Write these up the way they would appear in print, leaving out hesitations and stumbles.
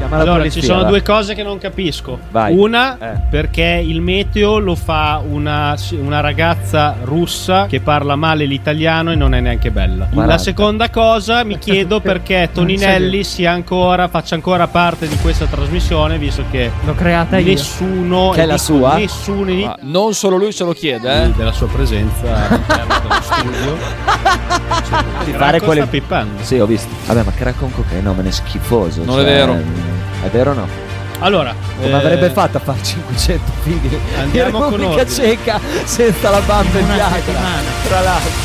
Allora, ci sono due cose che non capisco. Vai. Una, perché il meteo lo fa una ragazza russa che parla male l'italiano e non è neanche bella. 40. La seconda cosa, mi chiedo perché Toninelli faccia ancora parte di questa trasmissione, visto che l'ho creata io. Nessuno, che è la sua? Nessuno non solo lui se lo chiede, della sua presenza all'interno dello studio. Di fare quelle pippando. Sì, ho visto. Vabbè, ma crack con cocaina è schifoso. Non è vero. È vero o no? Allora, come avrebbe fatto a fare 500 figli andiamo in con Repubblica Ceca senza la bamba in Viagra, tra l'altro.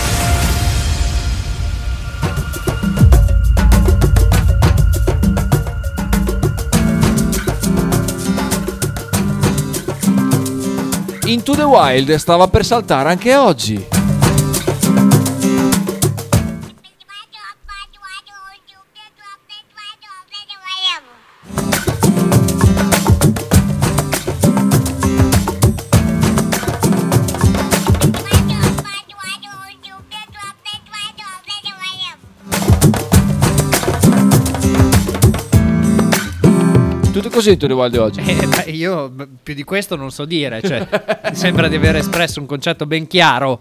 Into the Wild stava per saltare anche oggi. Tutto così Into the Wild oggi. Io più di questo non so dire, cioè mi sembra di aver espresso un concetto ben chiaro.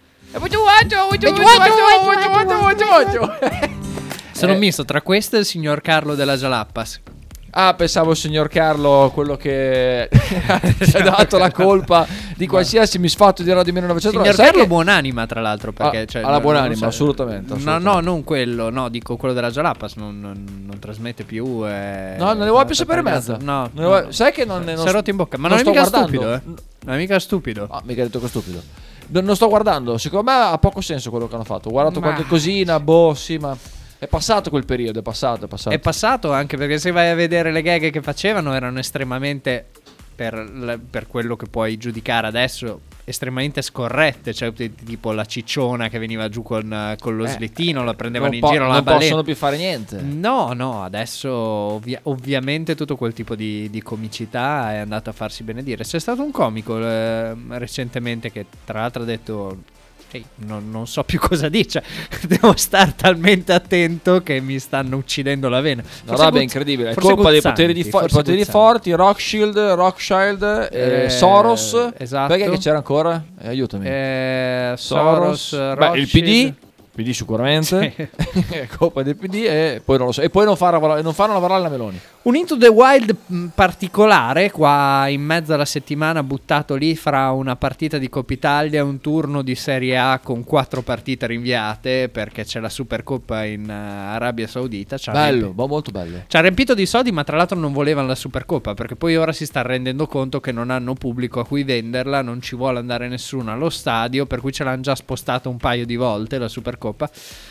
Sono misto tra questo e il signor Carlo della Jalappas. Ah, pensavo il signor Carlo, quello che ci ha dato la colpa di qualsiasi misfatto di Radio 1909. Signor Carlo buonanima, tra l'altro, perché alla buonanima, assolutamente. No, non quello, no, dico quello della Jalapas, non trasmette più. No, non ne vuoi più sapere mezza. No, sai che non si è rotto in bocca, ma non è mica stupido, Non è mica stupido. Ah, mica detto che è stupido. Non sto guardando, secondo me ha poco senso quello che hanno fatto. Ho guardato qualche cosina, sì, ma è passato quel periodo, è passato. È passato anche perché se vai a vedere le gag che facevano erano estremamente, per quello che puoi giudicare adesso, estremamente scorrette. Cioè tipo la cicciona che veniva giù con lo slittino, la prendevano in giro, non possono più fare niente. No, adesso ovviamente tutto quel tipo di comicità è andato a farsi benedire. C'è stato un comico recentemente che tra l'altro ha detto: non so più cosa dice. Devo stare talmente attento che mi stanno uccidendo la vena. Una roba incredibile. È colpa dei poteri forti. Rothschild, Soros. Esatto. Perché che c'era ancora? Aiutami. Soros. Il PD sicuramente. È colpa del PD e poi non lo so. E poi non fanno lavorare la Meloni. Un Into the Wild particolare qua in mezzo alla settimana, buttato lì fra una partita di Coppa Italia e un turno di Serie A con 4 partite rinviate perché c'è la Supercoppa in Arabia Saudita. Molto bello. Ci ha riempito di soldi, ma tra l'altro non volevano la Supercoppa perché poi ora si sta rendendo conto che non hanno pubblico a cui venderla, non ci vuole andare nessuno allo stadio, per cui ce l'hanno già spostata un paio di volte la Supercoppa.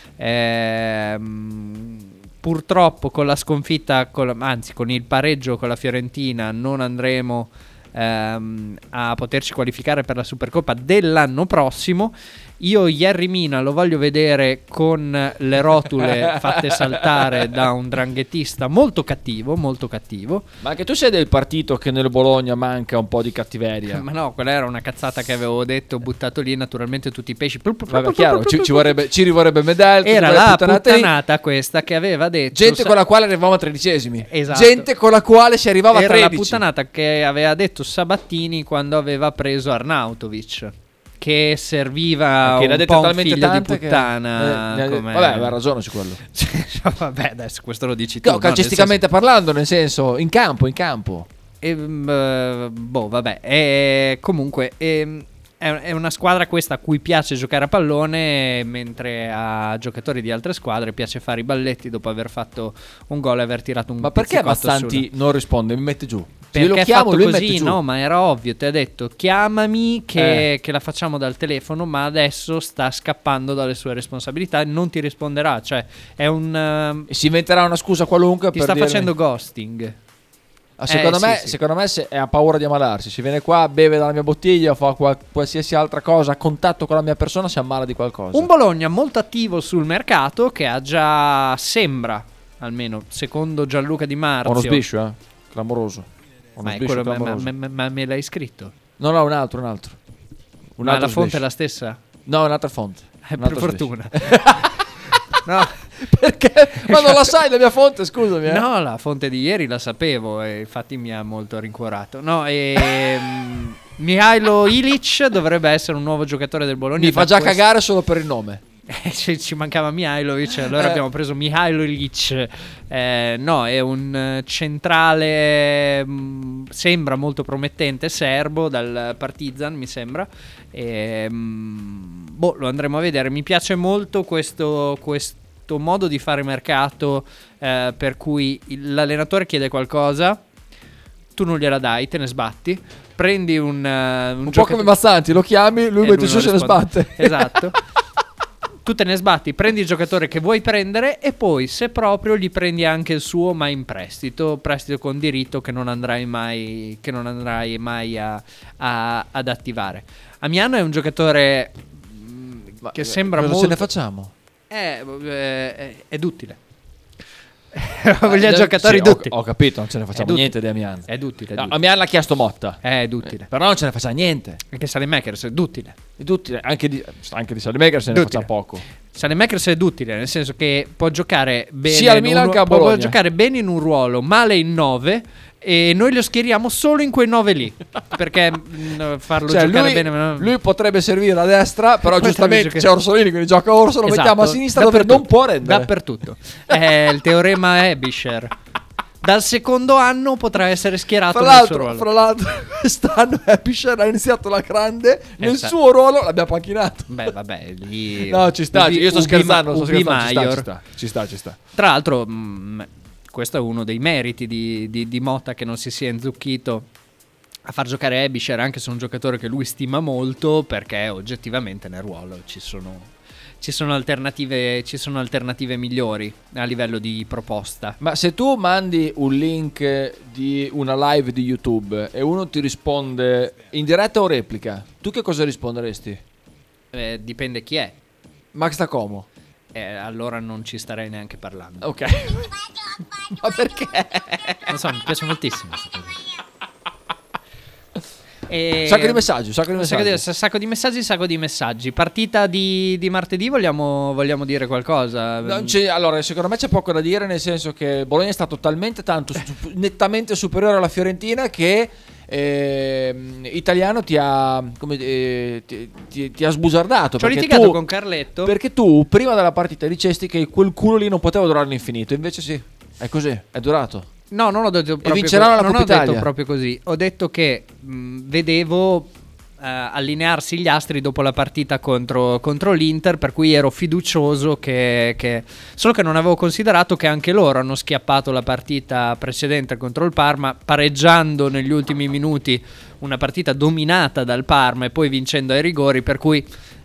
Purtroppo con la sconfitta, con il pareggio con la Fiorentina non andremo a poterci qualificare per la Supercoppa dell'anno prossimo. Io Jerry Mina lo voglio vedere con le rotule fatte saltare da un dranghettista molto cattivo. Ma anche tu sei del partito che nel Bologna manca un po' di cattiveria. Ma no, quella era una cazzata che avevo detto, buttato lì naturalmente tutti i pesci. Vabbè, chiaro, ci rivorrebbe Medel. Era la puttanata questa che aveva detto gente con la quale arrivavamo a 13esimi. Esatto. Gente con la quale si arrivava a 13. Era la puttanata che aveva detto Sabattini quando aveva preso Arnautovic, che serviva un po' un figlio di puttana. Vabbè, aveva ragione su quello. Vabbè, adesso questo lo dici tu. No, calcisticamente parlando, nel senso, in campo. Vabbè. Comunque, è una squadra questa a cui piace giocare a pallone, mentre a giocatori di altre squadre piace fare i balletti dopo aver fatto un gol e aver tirato un Ma perché Mazzanti non risponde? Mi mette giù. Perché lo chiamo, fatto lui così, no, ma era ovvio. Ti ha detto chiamami che la facciamo dal telefono, ma adesso sta scappando dalle sue responsabilità e non ti risponderà. Cioè è si inventerà una scusa qualunque ti sta facendo ghosting. Secondo me se ha paura di ammalarsi. Si viene qua, beve dalla mia bottiglia, fa qualsiasi altra cosa a contatto con la mia persona, si ammala di qualcosa. Un Bologna molto attivo sul mercato che ha già, sembra, almeno secondo Gianluca Di Marzio, uno sbiscio, clamoroso. Ma me l'hai scritto? No, un altro. Ma la fonte è la stessa? No, un'altra fonte. Per fortuna. No, Perché? Ma non la sai la mia fonte, scusami. No, la fonte di ieri la sapevo e infatti mi ha molto rincuorato. No, Mihailo Ilic dovrebbe essere un nuovo giocatore del Bologna. Mi fa già cagare solo per il nome. Ci mancava Mihailovic, allora abbiamo preso Mihailo Ilic. No, è un centrale, sembra molto promettente, serbo, dal Partizan mi sembra. Lo andremo a vedere. Mi piace molto questo modo di fare mercato, per cui l'allenatore chiede qualcosa, tu non gliela dai, te ne sbatti, prendi un po' come Mazzanti, lo chiami, lui mette su e se ne sbatte. Esatto. Tu te ne sbatti, prendi il giocatore che vuoi prendere e poi, se proprio, gli prendi anche il suo, ma in prestito con diritto che non andrai mai ad attivare. Amiano è un giocatore che sembra cosa molto... ce ne facciamo? È duttile. Gli giocatori duttili. Ho capito, non ce ne facciamo niente di Amiano. È duttile. No, Amiano l'ha chiesto Motta. È duttile. Però non ce ne facciamo niente. Anche Saelemaekers è duttile. È duttile. Anche di Saelemaekers se ne facciamo poco. Saelemaekers è duttile, nel senso che può giocare bene sia al Milan che a Bologna. Può giocare bene in un ruolo, male in 9, e noi lo schieriamo solo in quei 9 lì. Perché farlo giocare bene. Lui potrebbe servire a destra, però giustamente c'è Orsolini, quindi gioca Orso, lo mettiamo a sinistra dove non può rendere. Dappertutto. Il teorema Ebischer. Dal secondo anno potrà essere schierato nel suo ruolo. Fra l'altro, quest'anno Ebischer ha iniziato la grande. Nel suo ruolo l'abbiamo panchinato. Beh, vabbè, lì. No, ci sta. Io sto scherzando. Ci sta. Tra l'altro, questo è uno dei meriti di Motta, che non si sia inzucchito a far giocare Ebischer, anche se è un giocatore che lui stima molto, perché oggettivamente nel ruolo ci sono alternative migliori a livello di proposta. Ma se tu mandi un link di una live di YouTube e uno ti risponde in diretta o replica, tu che cosa risponderesti? Dipende chi è. Max da Como. Allora non ci starei neanche parlando. Ok. Ma perché? Non so, mi piace moltissimo questa cosa. Sacco di messaggi. Partita di martedì, vogliamo dire qualcosa? Allora, secondo me c'è poco da dire, nel senso che Bologna è stato talmente tanto nettamente superiore alla Fiorentina che Italiano ti ha sbusardato. Ci ho litigato con Carletto perché tu prima della partita dicesti che quel culo lì non poteva durare all'infinito, invece sì, è così, è durato. No, non ho detto proprio vinceranno la Coppa Italia. Ho detto proprio così. Ho detto che vedevo allinearsi gli astri dopo la partita contro l'Inter, per cui ero fiducioso che solo che non avevo considerato che anche loro hanno schiappato la partita precedente contro il Parma, pareggiando negli ultimi minuti una partita dominata dal Parma e poi vincendo ai rigori, per cui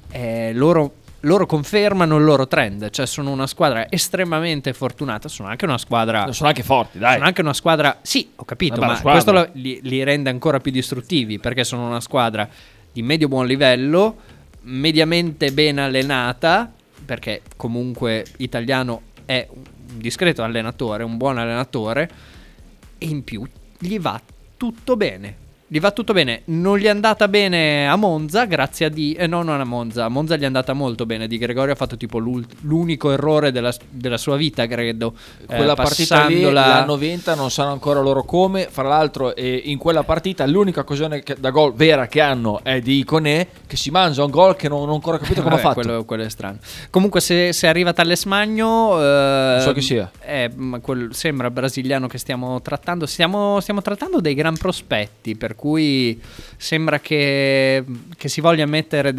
loro confermano il loro trend, cioè sono una squadra estremamente fortunata, sono anche una squadra... Sono anche forti, dai. Sono anche una squadra... Sì, ho capito, ma questo li rende ancora più distruttivi, perché sono una squadra di medio buon livello, mediamente ben allenata, perché comunque Italiano è un discreto allenatore, un buon allenatore, e in più gli va tutto bene. Non gli è andata bene a Monza, grazie a non a Monza. A Monza gli è andata molto bene. Di Gregorio ha fatto tipo l'unico errore della sua vita, credo. Quella partita lì, la 90, non sanno ancora loro come. Fra l'altro, in quella partita l'unica occasione da gol vera che hanno è di Iconè, che si mangia un gol che non ho ancora capito come ha fatto. Quello è strano. Comunque se arriva Thales Magno, non so chi sia. Sembra brasiliano che stiamo trattando. Stiamo trattando dei gran prospetti, per cui sembra che si voglia mettere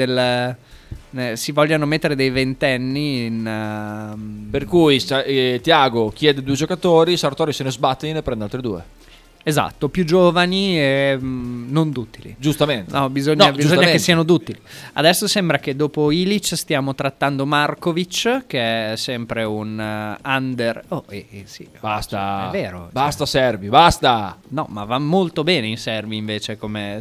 si vogliano mettere dei ventenni in, per cui Thiago chiede 2 giocatori, Sartori se ne sbatte e ne prende altri 2. Esatto, più giovani e non duttili. Giustamente. No, bisogna che siano duttili. Adesso sembra che dopo Ilic stiamo trattando Markovic, che è sempre un under. Sì, basta. È vero. Basta, Serbi, basta. No, ma va molto bene in Serbi invece come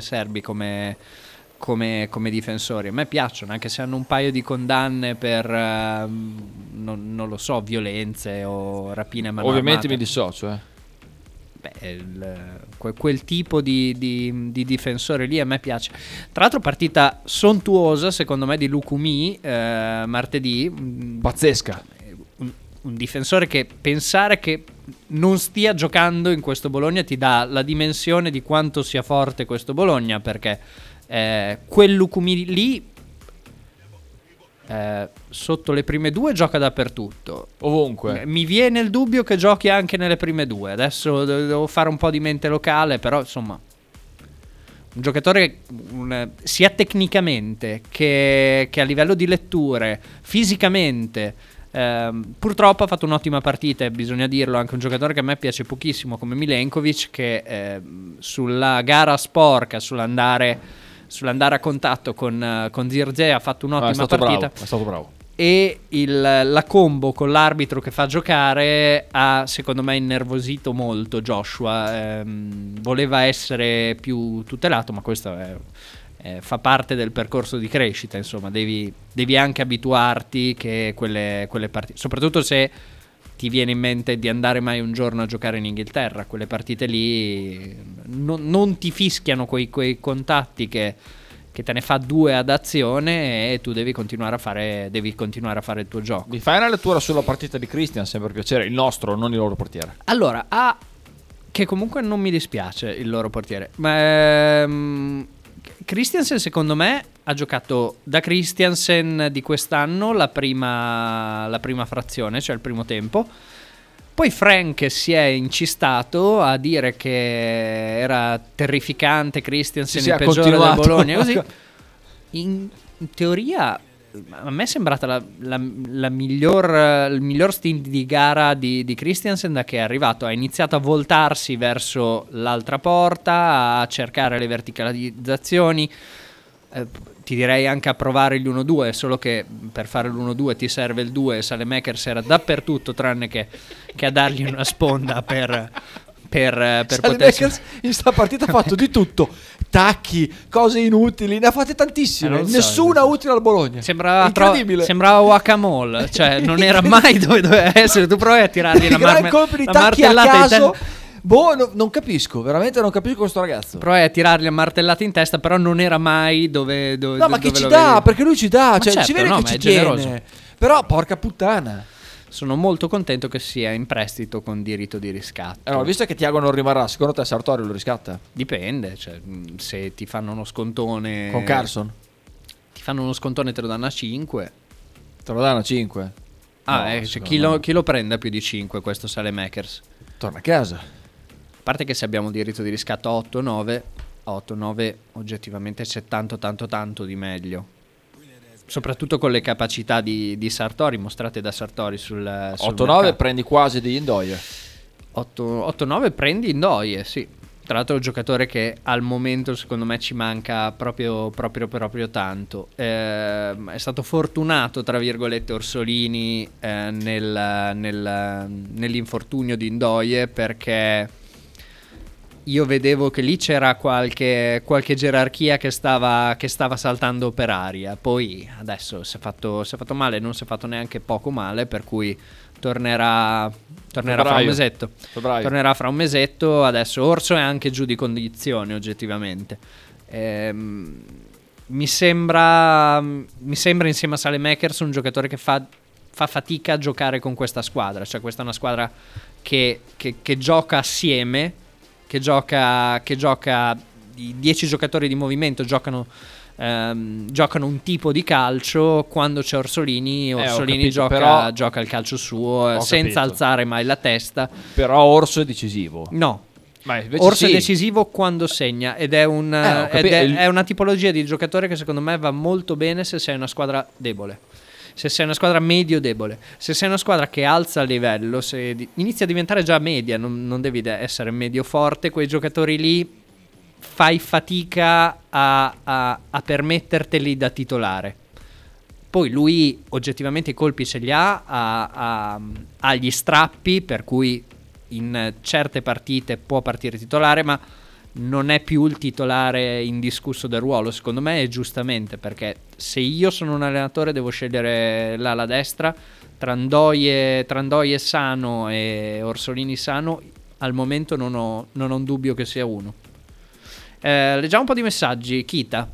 difensori. A me piacciono, anche se hanno un paio di condanne per non lo so, violenze o rapine a mano ovviamente armata. Mi dissocio, quel tipo di difensore lì a me piace. Tra l'altro partita sontuosa secondo me di Lukumi martedì, pazzesca, un difensore che pensare che non stia giocando in questo Bologna ti dà la dimensione di quanto sia forte questo Bologna, perché quel Lukumi lì sotto le prime due gioca dappertutto, ovunque. Mi viene il dubbio che giochi anche nelle prime due. Adesso devo fare un po' di mente locale, però insomma un giocatore sia tecnicamente che a livello di letture, fisicamente, purtroppo ha fatto un'ottima partita, e bisogna dirlo, anche un giocatore che a me piace pochissimo come Milenkovic, che sulla gara sporca, sull'andare a contatto con Zirkzee ha fatto un'ottima partita. È stato bravo. E la combo con l'arbitro che fa giocare ha, secondo me, innervosito molto Joshua. Voleva essere più tutelato, ma questo fa parte del percorso di crescita. Insomma, devi anche abituarti che quelle partite, soprattutto se ti viene in mente di andare mai un giorno a giocare in Inghilterra, quelle partite lì non ti fischiano quei contatti che te ne fa due ad azione, e tu devi continuare a fare il tuo gioco. Mi fai una lettura sulla partita di Christiansen, per piacere? Il nostro, non il loro portiere. Allora, che comunque non mi dispiace il loro portiere, ma Christiansen secondo me ha giocato da Christiansen di quest'anno la prima frazione, cioè il primo tempo. Poi Frank si è incistato a dire che era terrificante Christiansen, il peggiore del Bologna, così. In teoria a me è sembrata il miglior stint di gara di Christiansen da che è arrivato. Ha iniziato a voltarsi verso l'altra porta, a cercare le verticalizzazioni, ti direi anche a provare gli 1-2, solo che per fare l'1-2 ti serve il 2, e Saelemaekers era dappertutto tranne che a dargli una sponda per potersi... in sta partita ha fatto di tutto, tacchi, cose inutili, ne ha fatte tantissime, nessuna utile al Bologna. Sembrava guacamole, cioè non era mai dove doveva essere. Tu provi a tirargli la martellata in testa. Non capisco, veramente non capisco questo ragazzo. Provai a tirargli a martellate in testa, però non era mai dove no, ma che ci dà, vedi? Perché lui ci dà, cioè certo, ci vede che ci generoso. Tiene. Però porca puttana. Sono molto contento che sia in prestito con diritto di riscatto. Allora, visto che Thiago non rimarrà, secondo te Sartori lo riscatta? Dipende, cioè, se ti fanno uno scontone con Carson, ti fanno uno scontone, te lo danno a 5. Te lo danno a 5? Cioè, chi lo prende a più di 5 questo Saelemaekers? Torna a casa. A parte che se abbiamo diritto di riscatto 8-9 oggettivamente c'è tanto di meglio, soprattutto con le capacità di Sartori mostrate da Sartori sul 8-9 prendi quasi degli Ndoye. 8-9 prendi Ndoye, sì. Tra l'altro è un giocatore che al momento secondo me ci manca proprio tanto. È stato fortunato, tra virgolette, Orsolini nell'infortunio di Ndoye, perché io vedevo che lì c'era qualche gerarchia che stava saltando per aria. Poi adesso si è fatto male, non si è fatto neanche poco male, per cui tornerà fra un mesetto. Tornerà fra un mesetto. Adesso Orso è anche giù di condizione oggettivamente. Mi sembra insieme a Saelemaekers un giocatore che fa fatica a giocare con questa squadra. Cioè, questa è una squadra che gioca assieme, che gioca i 10 giocatori di movimento giocano un tipo di calcio. Quando c'è Orsolini gioca il calcio suo, senza alzare mai la testa. Però Orso è decisivo. No, Orso è decisivo quando segna, ed è una tipologia di giocatore che secondo me va molto bene se sei una squadra debole, se sei una squadra medio debole, se sei una squadra che alza il livello, se inizia a diventare già media, non devi essere medio forte, quei giocatori lì fai fatica a permetterteli da titolare. Poi lui oggettivamente i colpi ce li ha gli strappi, per cui in certe partite può partire titolare, ma non è più il titolare indiscusso del ruolo, secondo me, è giustamente, perché se io sono un allenatore devo scegliere l'ala destra tra Ndoye sano e Orsolini sano. Al momento non ho un dubbio che sia uno. Leggiamo un po' di messaggi. Kita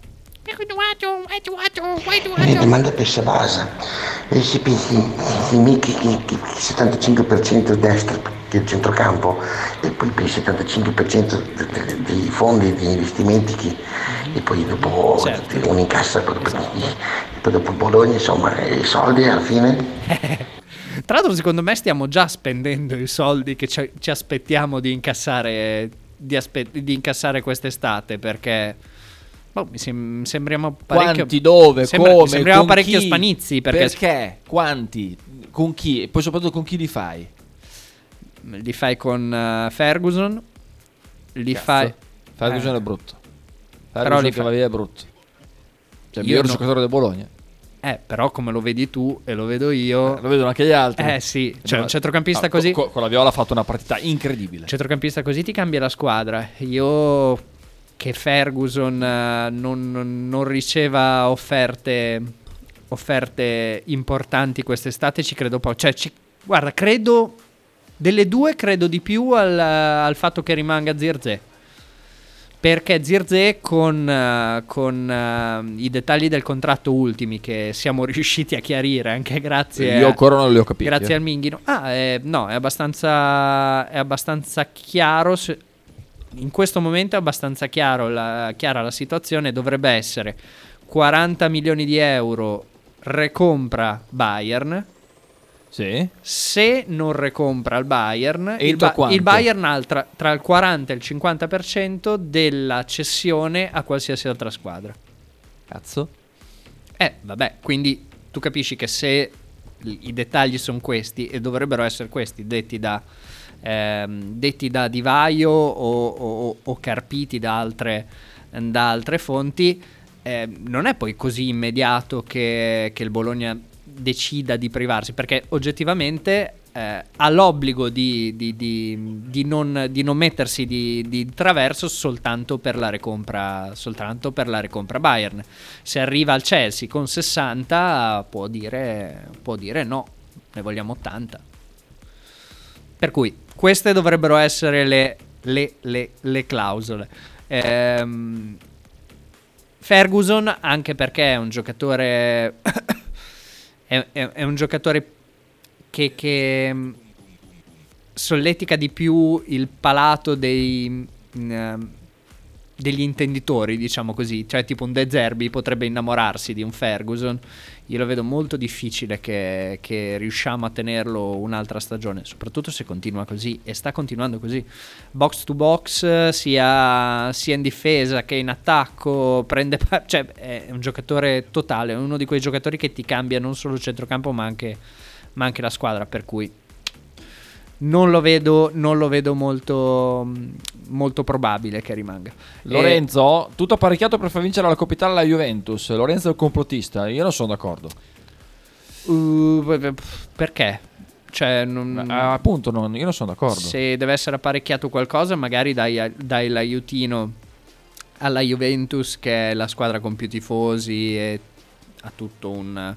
La domanda per base. Si pensi mica che il 75% destra del centrocampo e poi per il 75% dei fondi di investimenti e poi dopo Certo. uno incassa e poi dopo Bologna, insomma, i soldi alla fine. Tra l'altro, secondo me stiamo già spendendo i soldi che ci aspettiamo di incassare, di incassare quest'estate, perché sembriamo parecchio. Quanti, dove, come, sembriamo con parecchio chi, spanizzi. Perché? Quanti? Con chi? E poi soprattutto con chi li fai? Li fai con Ferguson. Ferguson è brutto. Però Ferguson che va via è brutto. Cioè, il Io miglior no. giocatore del Bologna. Però come lo vedi tu e lo vedo io. Lo vedono anche gli altri. Sì, cioè un centrocampista così. Con la Viola ha fatto una partita incredibile. Un centrocampista così ti cambia la squadra. Io che Ferguson non riceva offerte importanti quest'estate ci credo poco. Cioè, guarda, credo delle due, credo di più al fatto che rimanga Zirkzee. Perché Zirkzee con i dettagli del contratto ultimi che siamo riusciti a chiarire anche grazie Io ancora non li ho capiti. Grazie al Minghino. No, è abbastanza chiaro. In questo momento è abbastanza chiara la situazione. Dovrebbe essere 40 milioni di euro recompra Bayern. Sì. Se non recompra il Bayern, il quanto? Bayern ha tra il 40 e il 50% della cessione a qualsiasi altra squadra. Cazzo. Vabbè, quindi tu capisci che se i dettagli sono questi, e dovrebbero essere questi, detti da Di Vaio o carpiti da altre fonti, non è poi così immediato che il Bologna decida di privarsi, perché oggettivamente ha l'obbligo di non mettersi di traverso soltanto per la recompra Bayern. Se arriva al Chelsea con 60 può dire no, ne vogliamo 80. Per cui queste dovrebbero essere le clausole. Ferguson, anche perché è un giocatore è un giocatore che solletica di più il palato degli intenditori, diciamo così. Cioè tipo un De Zerbi potrebbe innamorarsi di un Ferguson. Io lo vedo molto difficile che riusciamo a tenerlo un'altra stagione, soprattutto se continua così, e sta continuando così. Box to box, sia in difesa che in attacco, cioè è un giocatore totale, è uno di quei giocatori che ti cambia non solo il centrocampo ma anche la squadra, per cui non lo vedo molto probabile che rimanga. Lorenzo, tutto apparecchiato per far vincere la Coppa Italia alla Juventus. Lorenzo è il complottista. Io non sono d'accordo. Perché? Cioè, appunto, io non sono d'accordo. Se deve essere apparecchiato qualcosa, magari dai l'aiutino alla Juventus, che è la squadra con più tifosi e ha tutto un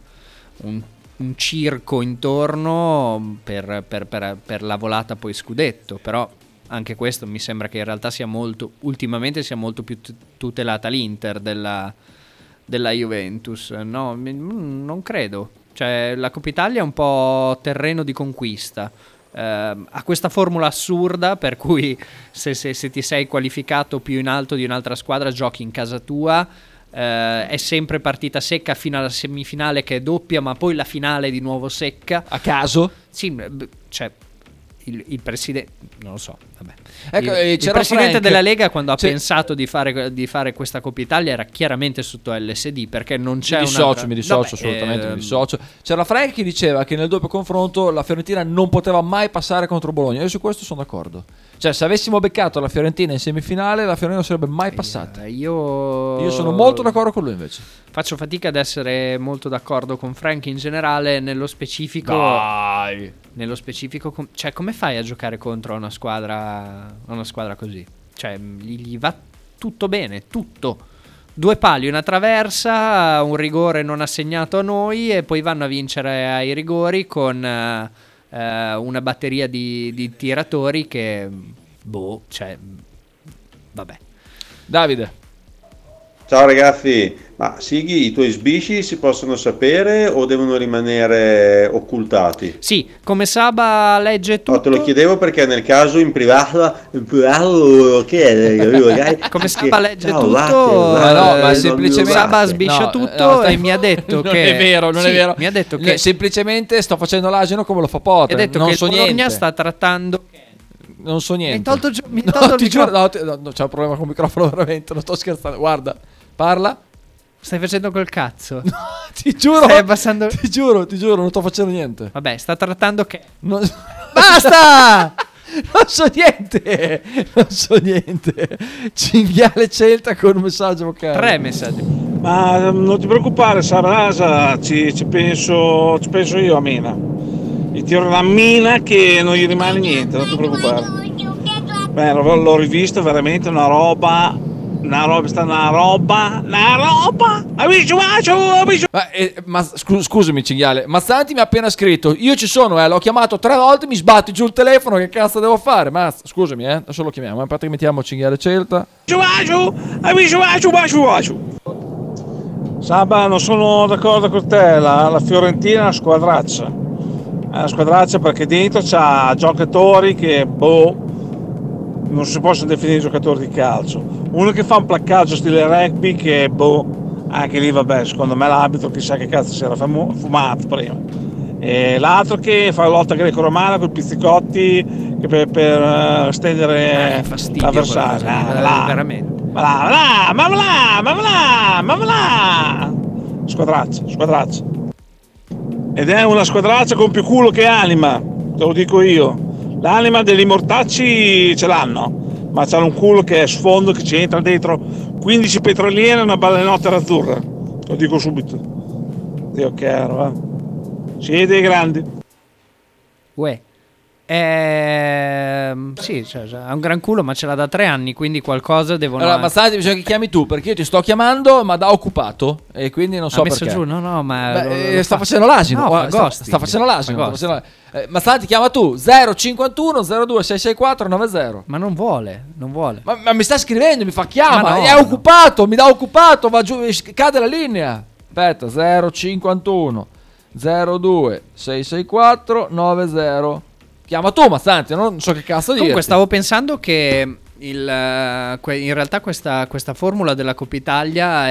circo intorno per la volata poi scudetto. Però anche questo mi sembra che in realtà ultimamente sia molto più tutelata l'Inter della Juventus. No, non credo. Cioè, la Coppa Italia è un po' terreno di conquista. Ha questa formula assurda per cui se ti sei qualificato più in alto di un'altra squadra, giochi in casa tua. È sempre partita secca fino alla semifinale, che è doppia, ma poi la finale di nuovo secca. A caso? Sì, cioè il presidente, non lo so, vabbè. Ecco, il presidente Frank, della Lega, quando ha pensato di fare questa Coppa Italia, era chiaramente sotto LSD, perché non c'è mi dissocio assolutamente, mi dissocio. C'era Frank che diceva che nel doppio confronto la Fiorentina non poteva mai passare contro Bologna. Io su questo sono d'accordo. Cioè, se avessimo beccato la Fiorentina in semifinale, la Fiorentina non sarebbe mai passata. Io sono molto d'accordo con lui, invece. Faccio fatica ad essere molto d'accordo con Frank in generale. Nello specifico, Dai. Cioè, come fai a giocare contro una squadra così? Cioè, gli va tutto bene, tutto. 2 pali, una traversa, un rigore non assegnato a noi, e poi vanno a vincere ai rigori con una batteria di tiratori che vabbè. Davide. Ciao ragazzi, ma Sighi, i tuoi sbisci si possono sapere o devono rimanere occultati? Sì, come Saba legge tutto. No, te lo chiedevo perché nel caso in privato che Come Saba legge Ciao, tutto, ma semplicemente Saba sbiscia tutto e mi ha detto non che è vero, non sì, è vero. Mi ha detto che semplicemente sto facendo l'asino come lo fa Potter. mi ha detto non che so il Bologna niente. sta trattando. Non so niente. Mi hai tolto il No, ti microfono. giuro, no, c'è un problema con il microfono veramente, non sto scherzando. Guarda, parla. Stai facendo col cazzo. Ti giuro. Stai abbassando. Ti giuro, non sto facendo niente. Vabbè, sta trattando che. Non... Basta! Non so niente. Cinghiale Celta con un messaggio vocale. 3 messaggi. Ma non ti preoccupare, Sarasa, ci penso io a Mina. Gli tiro una mina che non gli rimane niente, non ti preoccupare. Beh, l'ho rivisto, veramente una roba. Amici. Ma scusami, cinghiale. Mazzanti mi ha appena scritto. Io ci sono, l'ho chiamato 3 volte. Mi sbatti giù il telefono. Che cazzo devo fare? Ma scusami, adesso lo chiamiamo. Infatti, mettiamo cinghiale Celta. Saba, non sono d'accordo con te. La Fiorentina è una squadraccia. È una squadraccia perché dentro c'ha giocatori che, non si possono definire giocatori di calcio. Uno che fa un placcaggio stile rugby che, anche lì vabbè, secondo me l'arbitro chissà che cazzo si era fumato prima. E l'altro che fa lotta greco-romana con i pizzicotti che per stendere l'avversario. Veramente. Ma là! Squadraccia. Ed è una squadraccia con più culo che anima, te lo dico io. L'anima degli mortacci ce l'hanno, ma c'hanno un culo che è sfondo, che ci entra dentro 15 petroliere e una balenottera azzurra. Lo dico subito. Dio caro, siete dei grandi. Uè. Sì, cioè, ha un gran culo, ma ce l'ha da 3 anni, quindi qualcosa devono. Allora, Mazzanti, bisogna che chiami tu, perché io ti sto chiamando, ma da occupato. E quindi non so ha messo perché. giù, no, ma Beh, sta facendo l'asino. No, sta facendo l'asino. Mazzanti, chiama tu 051 02 664 90. Ma non vuole. Ma mi sta scrivendo, mi fa chiama, No, è occupato, mi dà occupato, va giù, cade la linea. Aspetta, 051 02 664 90. Chiama tu, Mazzanti, non so che cazzo dire. Comunque stavo pensando che in realtà questa formula della Coppa Italia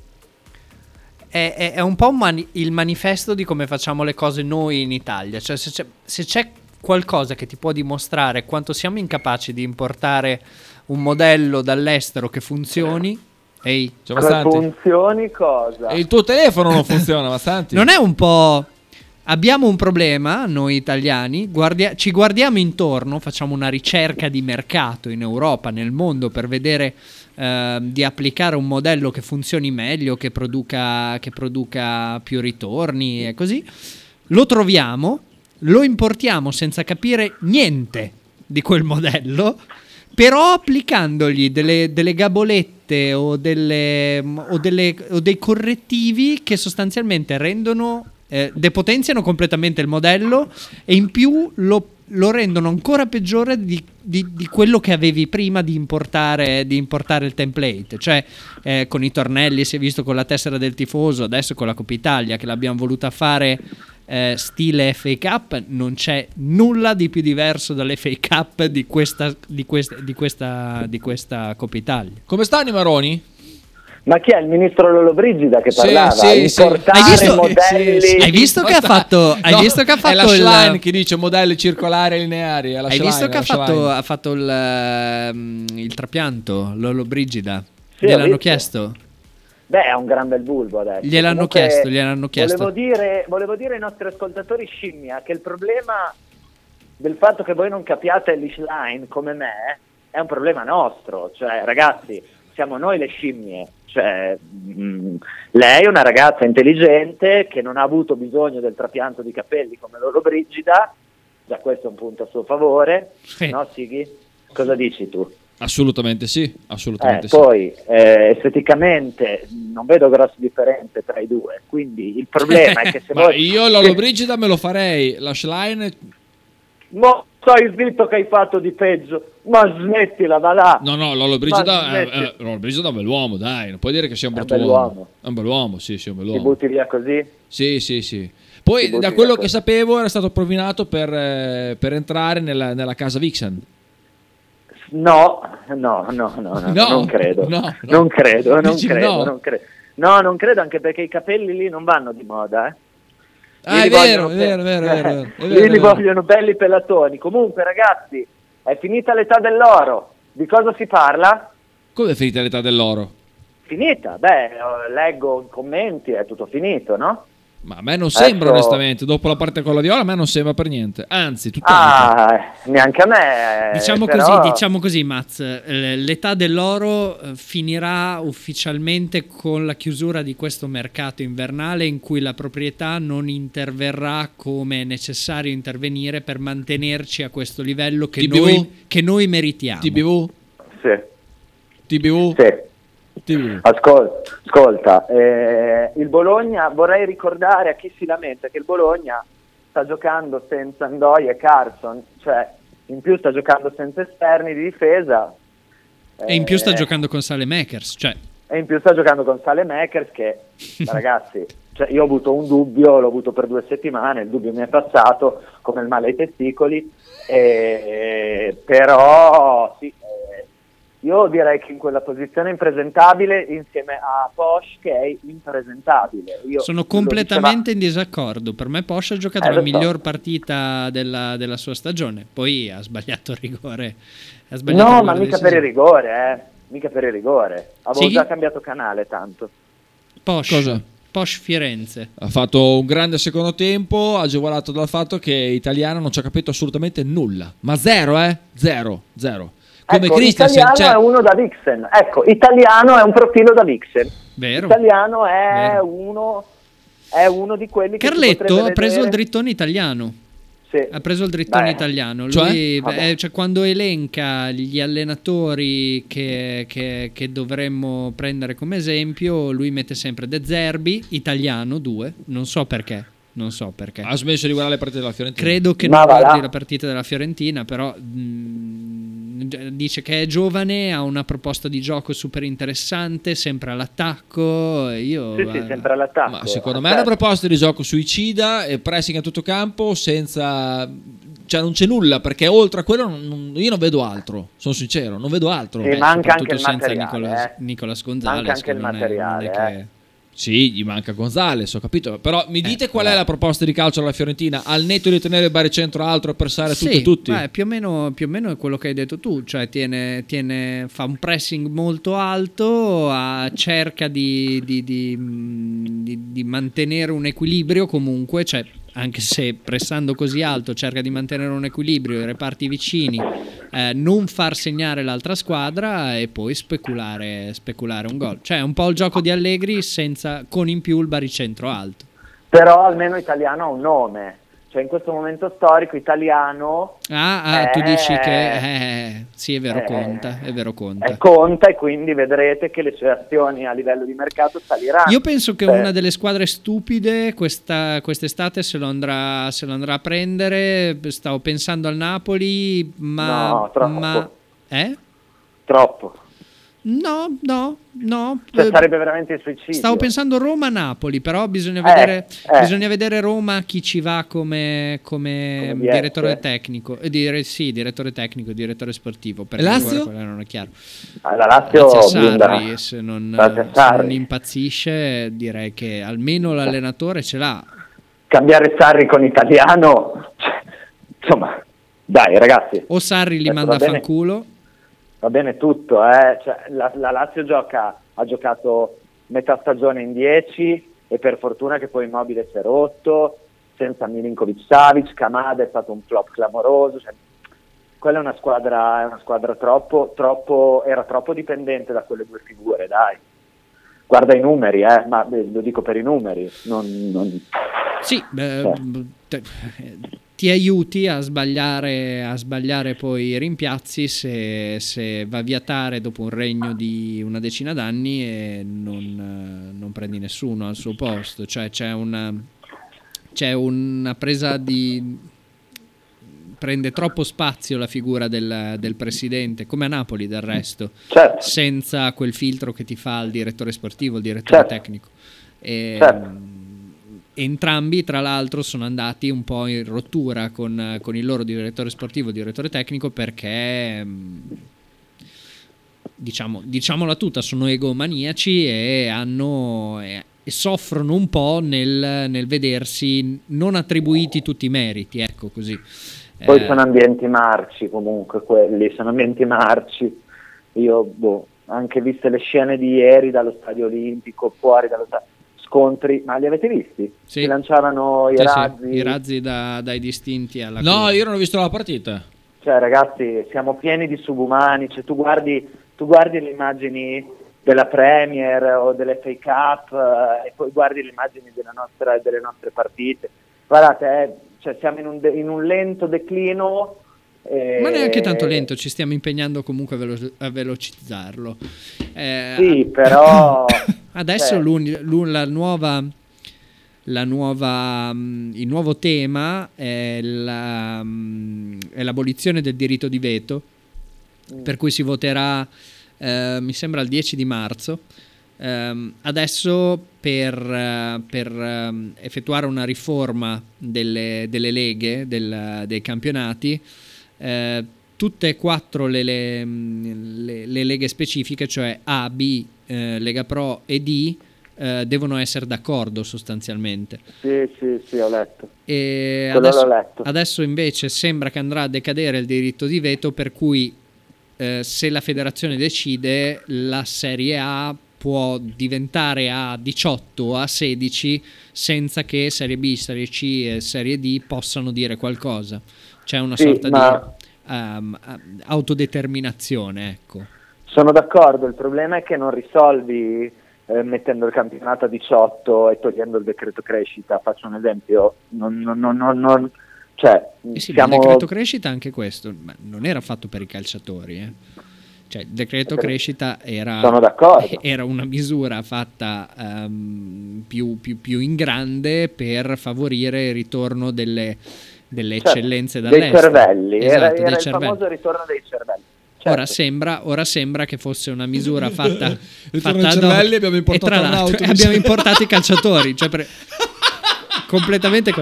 è un po' il manifesto di come facciamo le cose noi in Italia. Cioè se c'è qualcosa che ti può dimostrare quanto siamo incapaci di importare un modello dall'estero che funzioni. Ehi, funzioni cosa? E il tuo telefono non funziona, Mazzanti. Non è un po'... Abbiamo un problema, noi italiani, ci guardiamo intorno, facciamo una ricerca di mercato in Europa, nel mondo, per vedere di applicare un modello che funzioni meglio, che produca più ritorni e così. Lo troviamo, lo importiamo senza capire niente di quel modello, però applicandogli delle gabolette o dei correttivi che sostanzialmente depotenziano completamente il modello e in più lo rendono ancora peggiore di quello che avevi prima di importare il template. Cioè con i tornelli si è visto, con la tessera del tifoso, adesso con la Coppa Italia che l'abbiamo voluta fare stile FA Cup, non c'è nulla di più diverso dall'FA Cup di questa Coppa Italia. Come stanno i Maroni? Ma chi è il ministro Lollobrigida che parlava? Sì. Importare modelli. Hai visto che ha fatto? È la Schlein che dice modelli circolari e lineari. Hai visto che ha fatto il trapianto Lollobrigida? Sì, Gliel'hanno chiesto? Beh, è un gran bel bulbo adesso. Gliel'hanno chiesto. Volevo dire ai nostri ascoltatori scimmia che il problema del fatto che voi non capiate l'Ishline come me è un problema nostro. Cioè, ragazzi, siamo noi le scimmie. Cioè, lei è una ragazza intelligente che non ha avuto bisogno del trapianto di capelli come Lollobrigida, già questo è un punto a suo favore, sì. No Sighi? Cosa dici tu? Assolutamente sì, assolutamente sì. Poi esteticamente non vedo grosse differenze tra i due, quindi il problema è che se ma io Lollobrigida me lo farei, la Schlein Sai zitto che hai fatto di peggio, ma smettila, va là. No, Lollo Brigida è un bell'uomo, dai, non puoi dire che sia un brutto uomo. È un bell'uomo, sì, è un bell'uomo. Ti butti via così? Sì. Poi da quello che sapevo era stato provinato per entrare nella casa Vixen. No, non credo. Non credo. No, non credo, anche perché i capelli lì non vanno di moda, eh. È vero. Lì li vogliono belli pelatoni. Comunque, ragazzi, è finita l'età dell'oro. Di cosa si parla? Come è finita l'età dell'oro? Finita? Beh, leggo i commenti, è tutto finito, no? Ma a me non sembra, onestamente, dopo la parte con la Viola, a me non sembra per niente. Anzi, neanche a me. Diciamo così, Maz, l'età dell'oro finirà ufficialmente con la chiusura di questo mercato invernale, in cui la proprietà non interverrà come è necessario intervenire per mantenerci a questo livello che noi meritiamo. TBV? Sì. TBV? Sì. Ascolta, il Bologna, vorrei ricordare a chi si lamenta che il Bologna sta giocando senza Ndoi e Carson, cioè in più sta giocando senza esterni di difesa e in più sta giocando con Saelemaekers, e in più sta giocando con Saelemaekers che ragazzi, cioè io ho avuto un dubbio, l'ho avuto per 2 settimane, il dubbio mi è passato come il male ai testicoli, però sì, io direi che in quella posizione è impresentabile insieme a Posch che è impresentabile. Sono completamente in disaccordo. Per me Posch ha giocato la miglior partita della sua stagione. Poi ha sbagliato il rigore. Ma mica per il rigore, mica per il rigore. Avevo già cambiato canale tanto. Posch Firenze. Ha fatto un grande secondo tempo, agevolato dal fatto che Italiano non ci ha capito assolutamente nulla. Ma zero. Come Italiano è uno da Vixen. Ecco, Italiano è un profilo da Vixen. Vero. Italiano è uno di quelli che Carletto ha preso il drittone italiano. Sì. Ha preso il drittone italiano. Lui, cioè, quando elenca gli allenatori che dovremmo prendere come esempio, lui mette sempre De Zerbi, italiano, 2. Non so perché. Ha smesso di guardare le partite della Fiorentina. Credo che non guardi la partita della Fiorentina, però dice che è giovane, ha una proposta di gioco super interessante, sempre all'attacco. Sì, sempre all'attacco. Ma secondo me è una proposta di gioco suicida e pressing a tutto campo senza... Cioè non c'è nulla, perché oltre a quello io non vedo altro, sono sincero, non vedo altro. Manca anche il senza materiale. Nicolas Gonzalez. Manca anche il materiale. Sì, gli manca Gonzalez, ho capito. Però mi dite qual è la proposta di calcio alla Fiorentina? Al netto di tenere il baricentro alto e pressare tutti? Più o meno è quello che hai detto tu. Cioè fa un pressing molto alto, cerca di mantenere un equilibrio comunque, cioè anche se pressando così alto cerca di mantenere un equilibrio, i reparti vicini, non far segnare l'altra squadra e poi speculare un gol. Cioè è un po' il gioco di Allegri con in più il baricentro alto. Però almeno Italiano ha un nome. Cioè in questo momento storico Italiano tu dici che sì, è vero, conta. Conta, e quindi vedrete che le sue azioni a livello di mercato saliranno. Io penso che una delle squadre stupide quest'estate se lo andrà a prendere. Stavo pensando al Napoli, ma troppo. Troppo. No. Cioè, sarebbe veramente il suicidio. Stavo pensando Roma-Napoli, però bisogna vedere Roma chi ci va come direttore tecnico. Direttore sportivo. Perché Lazio? Quello non è chiaro. La Lazio Sarri, se non impazzisce, direi che almeno l'allenatore ce l'ha. Cambiare Sarri con Italiano, insomma, dai ragazzi. O Sarri li manda a fanculo. Va bene tutto, cioè, la Lazio ha giocato metà stagione in 10 e per fortuna che poi Immobile si è rotto, senza Milinkovic-Savic, Kamada è stato un flop clamoroso, cioè, quella è una squadra era troppo dipendente da quelle 2 figure, dai. Guarda i numeri, ma lo dico per i numeri, non... Sì, ti aiuti a sbagliare poi i rimpiazzi se va via Tare dopo un regno di una decina d'anni e non prendi nessuno al suo posto. Cioè c'è una presa di prende troppo spazio la figura del presidente, come a Napoli del resto, Certo. senza quel filtro che ti fa il direttore sportivo, il direttore tecnico. Entrambi tra l'altro sono andati un po' in rottura con il loro direttore sportivo, il direttore tecnico, perché diciamola tutta, sono egomaniaci e soffrono un po' nel vedersi non attribuiti tutti i meriti, ecco, così. Poi sono ambienti marci, comunque quelli sono ambienti marci. Io anche viste le scene di ieri dallo stadio olimpico, fuori dallo stadio, scontri, ma li avete visti? Sì. Si lanciavano i razzi. Sì, i razzi dai distinti alla No, curva. io non ho visto la partita. Cioè ragazzi, siamo pieni di subumani, cioè tu guardi le immagini della Premier o delle FA Cup e poi guardi le immagini delle nostre partite. Guardate, cioè siamo in un lento declino. Ma neanche tanto lento, ci stiamo impegnando comunque a velocizzarlo. Sì, però adesso il nuovo tema è l'abolizione del diritto di veto, per cui si voterà mi sembra il 10 di marzo. Adesso per effettuare una riforma delle leghe, dei campionati, tutte e quattro le leghe specifiche, cioè A, B, Lega Pro e D, devono essere d'accordo sostanzialmente. Sì, ho letto. E l'ho letto. adesso invece sembra che andrà a decadere il diritto di veto, per cui se la federazione decide, la Serie A può diventare a 18 o a 16 senza che Serie B, Serie C e Serie D possano dire qualcosa. C'è una sorta di autodeterminazione, ecco. Sono d'accordo, il problema è che non risolvi mettendo il campionato a 18 e togliendo il decreto crescita. Faccio un esempio, cioè, Sì, il decreto crescita, anche questo, ma non era fatto per i calciatori, Cioè, il decreto crescita sono d'accordo. era una misura fatta più in grande per favorire il ritorno delle eccellenze dall'est. Dei cervelli, Esatto, era dei il cervelli. famoso ritorno dei cervelli. Certo. Ora sembra che fosse una misura fatta Ritorno ai cervelli, abbiamo e tra importato un l'altro autobus. abbiamo importato i calciatori, cioè completamente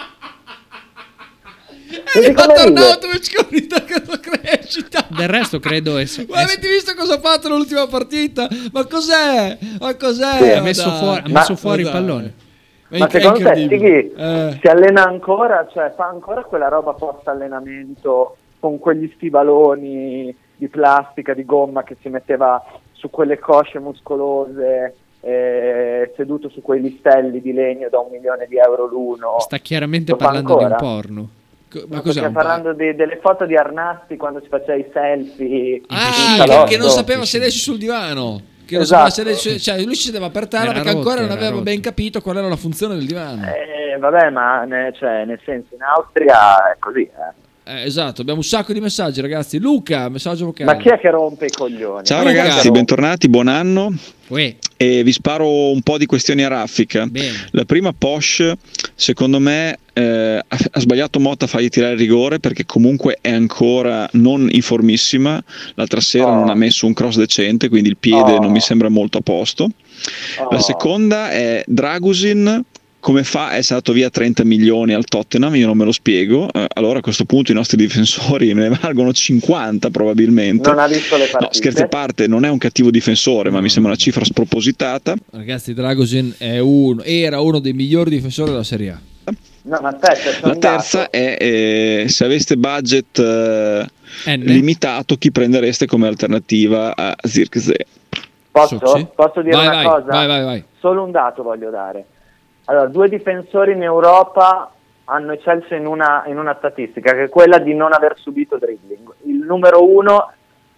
Vedi come ride? con il decreto crescita. del resto credo Ma avete visto cosa ha fatto l'ultima partita? Ma cos'è? Sì, ha messo fuori il pallone. Ma secondo te Sighi si allena ancora, cioè fa ancora quella roba post allenamento con quegli stivaloni di plastica, di gomma che si metteva su quelle cosce muscolose, seduto su quei listelli di legno da €1 milione l'uno? Sta chiaramente Lo fa parlando di un ancora? porno. Ma cos'è? Stai parlando delle foto di Arnasti quando si faceva i selfie in Ah, salotto. che non sapeva sedersi sul divano. Che non Esatto. sapeva sedersi, cioè lui si sedeva per terra Era perché rotto, ancora non era aveva rotto. ben capito qual era la funzione del divano. Vabbè, ma nel senso in Austria è così. Esatto, abbiamo un sacco di messaggi, ragazzi. Luca, messaggio vocale. Ma chi è che rompe i coglioni? Ciao Luca. ragazzi, bentornati, buon anno. Uè, E vi sparo un po' di questioni a raffica. bene. La prima, Porsche, secondo me ha sbagliato Motta a fargli tirare il rigore, perché comunque è ancora non in formissima. L'altra sera non ha messo un cross decente, quindi il piede non mi sembra molto a posto. La seconda è Dragusin. Come fa a essere andato via 30 milioni al Tottenham? Io non me lo spiego. Allora a questo punto i nostri difensori ne valgono 50 probabilmente. Non ha visto le partite. No, scherzi a parte, non è un cattivo difensore, ma mi sembra una cifra spropositata. Ragazzi, Dragosin era uno dei migliori difensori della Serie A. No, ma aspetta, c'è La un dato. terza è se aveste budget N. limitato, chi prendereste come alternativa a Zirkzee? Posso dire Vai, una vai, cosa? vai. Solo un dato voglio dare. Allora, 2 difensori in Europa hanno eccelso in una statistica, che è quella di non aver subito dribbling. Il numero 1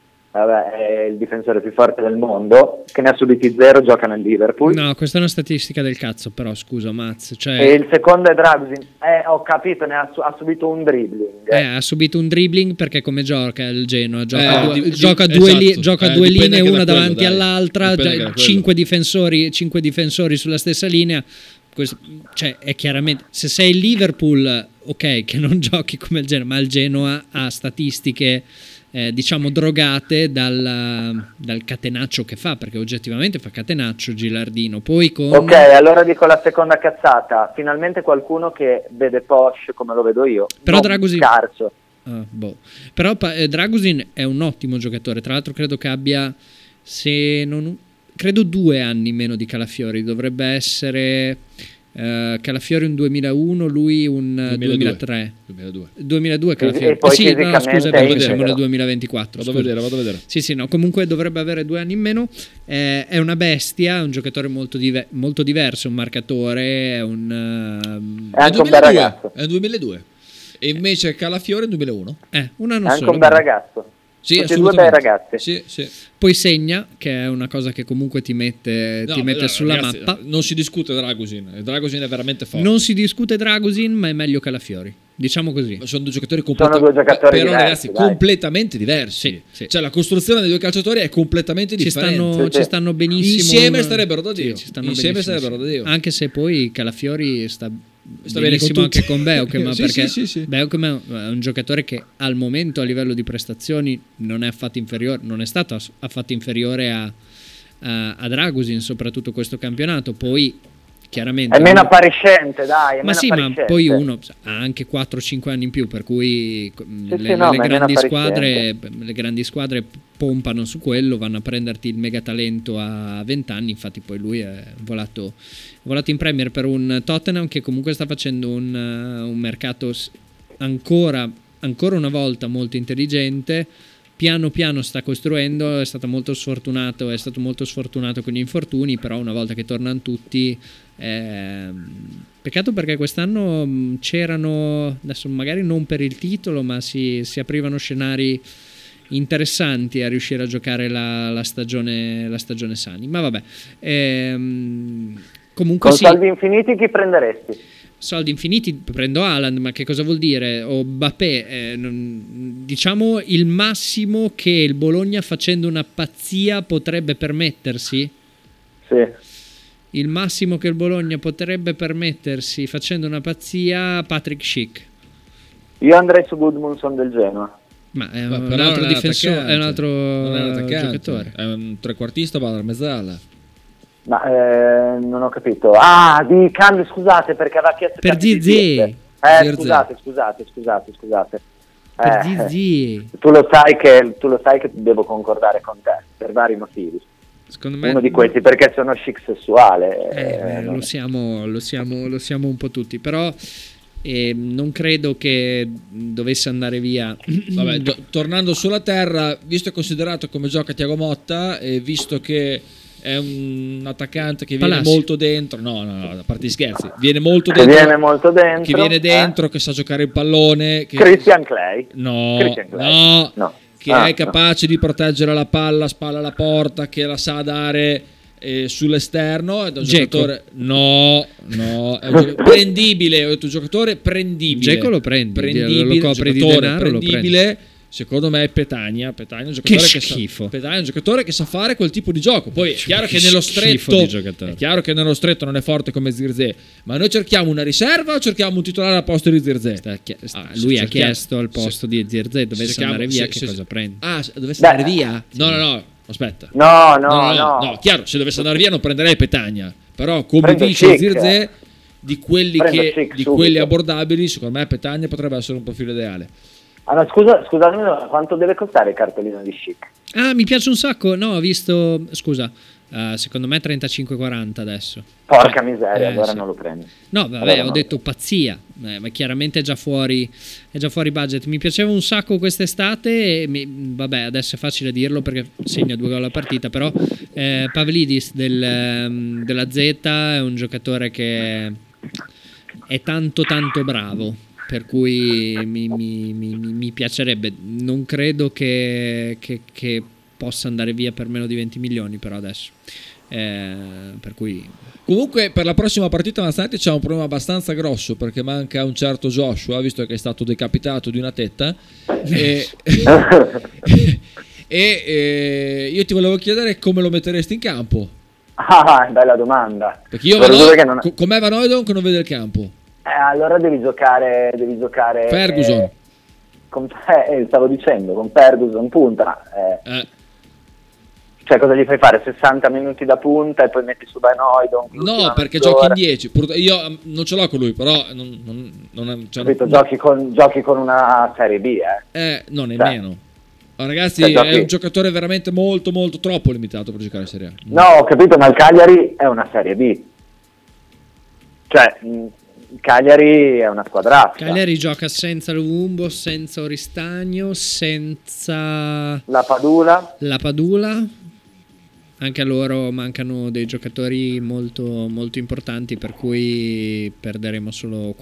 è il difensore più forte del mondo, che ne ha subiti 0, gioca nel Liverpool. No, questa è una statistica del cazzo, però scusa, Maz. Cioè, E il secondo è Dragusin. Ho capito, ha subito un dribbling. ha subito un dribbling perché come gioca il Genoa? esatto. Gioca due Dipende linee, anche da una quello, davanti dai. all'altra, Dipende anche da quello. 5 difensori sulla stessa linea. cioè è chiaramente, se sei il Liverpool, ok, che non giochi come il Genoa, ma il Genoa ha statistiche diciamo drogate dal catenaccio che fa, perché oggettivamente fa catenaccio Gilardino. Poi Ok, allora dico la seconda cazzata, finalmente qualcuno che vede Posh come lo vedo io, però non Dragusin scarso. Però Dragusin è un ottimo giocatore, tra l'altro credo che abbia, se non credo, 2 anni meno di Calafiori, dovrebbe essere Calafiori un 2001, lui un 2003 2002 Calafiori. E poi sì, no, scusa, perché siamo vero. nel 2024. Vado a vedere. Sì, no, comunque dovrebbe avere 2 anni in meno. È una bestia, è un giocatore molto diverso, un marcatore, è anche un bel ragazzo. È un 2002. E invece Calafiori è un 2001. Un anno è anche solo. un bel ragazzo. Sì, tutti e due bei ragazzi. Sì. Poi segna, che è una cosa che comunque ti mette sulla ragazzi, mappa. Non si discute Dragusin è veramente forte. Non si discute Dragusin, ma è meglio Calafiori, diciamo così. Sono due giocatori però diversi, ragazzi, dai. completamente diversi. Sì. Cioè la costruzione dei due calciatori è completamente differente. Ci stanno benissimo. Insieme starebbero da Dio. Insieme starebbero da Dio. Anche se poi Calafiori sta bene benissimo con anche con Beukema, Sì, perché sì. Beukema è un giocatore che al momento a livello di prestazioni non è stato affatto inferiore a Dragusin, soprattutto questo campionato. Poi chiaramente è meno appariscente, dai. Ma poi uno ha anche 4-5 anni in più, per cui le grandi squadre pompano su quello, vanno a prenderti il megatalento a 20 anni. Infatti poi lui è volato in Premier per un Tottenham che comunque sta facendo un mercato ancora una volta molto intelligente. Piano piano sta costruendo, è stato molto sfortunato con gli infortuni, però una volta che tornano tutti, peccato perché quest'anno c'erano, adesso magari non per il titolo, ma si aprivano scenari interessanti a riuscire a giocare la stagione sani. Ma vabbè, comunque con soldi infiniti chi prenderesti? Soldi infiniti prendo Haaland, ma che cosa vuol dire? O Mbappé, diciamo il massimo che il Bologna, facendo una pazzia, potrebbe permettersi. Sì. Il massimo che il Bologna potrebbe permettersi facendo una pazzia, Patrick Schick. Io andrei su Gudmundsson del Genoa. Ma è un altro difensore, è un altro giocatore. È un trequartista, va alla mezzala. Ma non ho capito. Di cambio, scusate, perché aveva chiesto per Zizzi. Scusate. Per Zizzi. Tu lo sai che devo concordare con te per vari motivi. Secondo me uno di questi perché sono chic sessuale. Lo siamo un po' tutti, però non credo che dovesse andare via. Vabbè, tornando sulla terra, visto e considerato come gioca Thiago Motta e visto che è un attaccante che viene molto dentro, no, a parte gli scherzi, viene molto dentro, che sa giocare il pallone, Christian Clay. No, che No. è capace di proteggere la palla, spalla alla porta, che la sa dare sull'esterno. È un giocatore prendibile. È un giocatore prendibile. Dzeko lo prendi, prendibile, lo copri di denaro, prendibile. Secondo me è Petagna è un giocatore che schifo. Petagna è un giocatore che sa fare quel tipo di gioco. Poi è chiaro che nello stretto non è forte come Zirze, ma noi cerchiamo una riserva o cerchiamo un titolare al posto di Zirze? Lui ha chiesto al posto di Zirze, dovesse andare via, cosa prendi? Dovesse andare via? No, aspetta. No. Chiaro, se dovesse andare via non prenderei Petagna, però come dice Schick, Zirze, di quelli abbordabili, secondo me Petagna potrebbe essere un profilo ideale. Allora, scusatemi, quanto deve costare il cartellino di Schick? Mi piace un sacco. No, ho visto, scusa, secondo me 35-40 adesso. Porca miseria, allora sì. Non lo prendi. No, vabbè, ho detto pazzia, ma chiaramente è già fuori budget. Mi piaceva un sacco quest'estate vabbè, adesso è facile dirlo perché segna 2 gol a partita, però Pavlidis della Z è un giocatore che è tanto bravo, per cui mi piacerebbe. Non credo che possa andare via per meno di 20 milioni però adesso, per cui comunque per la prossima partita Mazzanti c'è un problema abbastanza grosso, perché manca un certo Joshua, visto che è stato decapitato di una tetta e io ti volevo chiedere come lo metteresti in campo. Bella domanda. Perché io com'è Van Hooijdonk che non vede il campo? Allora devi giocare Ferguson. Stavo dicendo, con Ferguson punta. Cioè, cosa gli fai fare? 60 minuti da punta e poi metti su Van Hooijdonk? No, perché giochi in 10. Io non ce l'ho con lui, però giochi con una Serie B, no, nemmeno. Ragazzi, è un giocatore veramente molto molto troppo limitato per giocare in Serie A. No, ho capito, ma il Cagliari è una Serie B. Cioè, il Cagliari è una squadraccia. Cagliari gioca senza Lumumbo, senza Oristagno, senza la Padula. Anche a loro mancano dei giocatori molto, molto importanti, per cui perderemo solo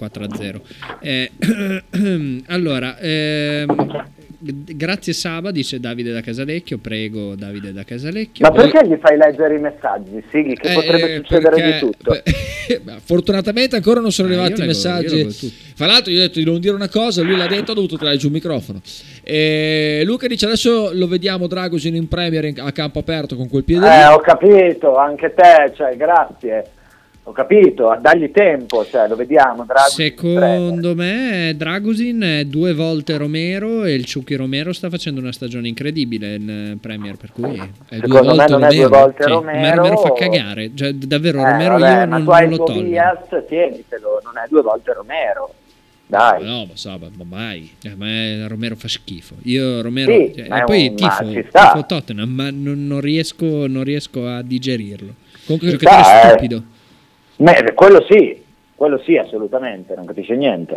4-0. Allora, grazie Saba, dice Davide da Casalecchio. Prego Davide da Casalecchio. Ma perché gli fai leggere i messaggi, Sighi? Che potrebbe succedere di tutto. Fortunatamente ancora non sono arrivati i messaggi. Fra l'altro io ho detto di non dire una cosa, lui l'ha detto, ho dovuto tirare giù il microfono. Luca dice adesso lo vediamo Dragosin in Premier a campo aperto con quel piede lì. Ho capito, anche te, cioè grazie. Ho capito, dagli tempo, cioè lo vediamo. Secondo me Dragosin è 2 volte Romero e il Ciucchi Romero sta facendo una stagione incredibile in Premier, per cui è secondo me non è 2 volte Romero. Ma Romero fa cagare, cioè davvero Romero vabbè, io ma non lo tolgo. Tienitelo, non è 2 volte Romero. Dai. No, ma mai. Ma Romero fa schifo. Io Romero e poi tifo Tottenham, ma non riesco a digerirlo. Comunque giocatore stupido. Quello sì, assolutamente, non capisce niente.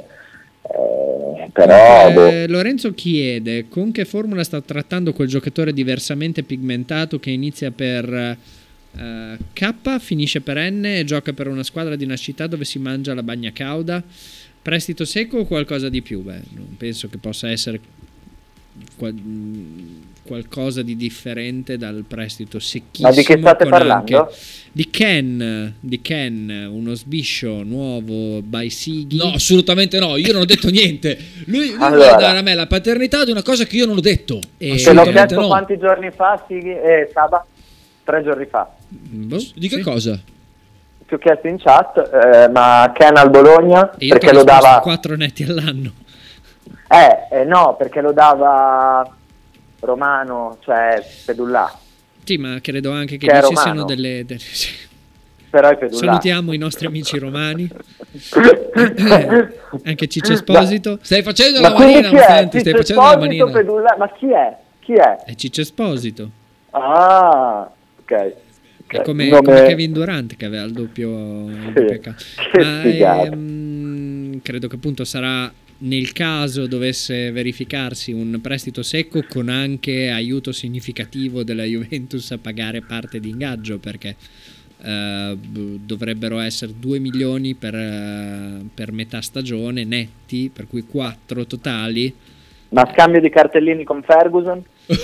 Però Lorenzo chiede con che formula sta trattando quel giocatore diversamente pigmentato che inizia per K, finisce per N e gioca per una squadra di una città dove si mangia la bagna cauda. Prestito secco o qualcosa di più? Non penso che possa essere qualcosa di differente dal prestito secchissimo. Ma di che state parlando? Di Ken, uno sbiscio nuovo by Sighi. No, assolutamente no, io non ho detto niente. Lui vuole dare a me la paternità di una cosa che io non ho detto. Te l'ho chiesto quanti giorni fa, Sighi? Saba? 3 giorni fa. Di che cosa? Ti ho chiesto in chat, ma Ken al Bologna? E io perché lo dava 4 netti all'anno. No, perché lo dava Romano, cioè Pedullà. Sì, ma credo anche che ci siano delle però è Pedullà. Salutiamo i nostri amici romani. Anche Ciccio Esposito. Stai facendo la manina, senti, stai facendo la manina. Pedullà, ma chi è? È Ciccio Esposito. Ah, ok. È come Kevin Durant che aveva il doppio credo che appunto sarà, nel caso dovesse verificarsi un prestito secco, con anche aiuto significativo della Juventus a pagare parte di ingaggio, perché dovrebbero essere 2 milioni per metà stagione netti, per cui 4 totali. Ma scambio di cartellini con Ferguson?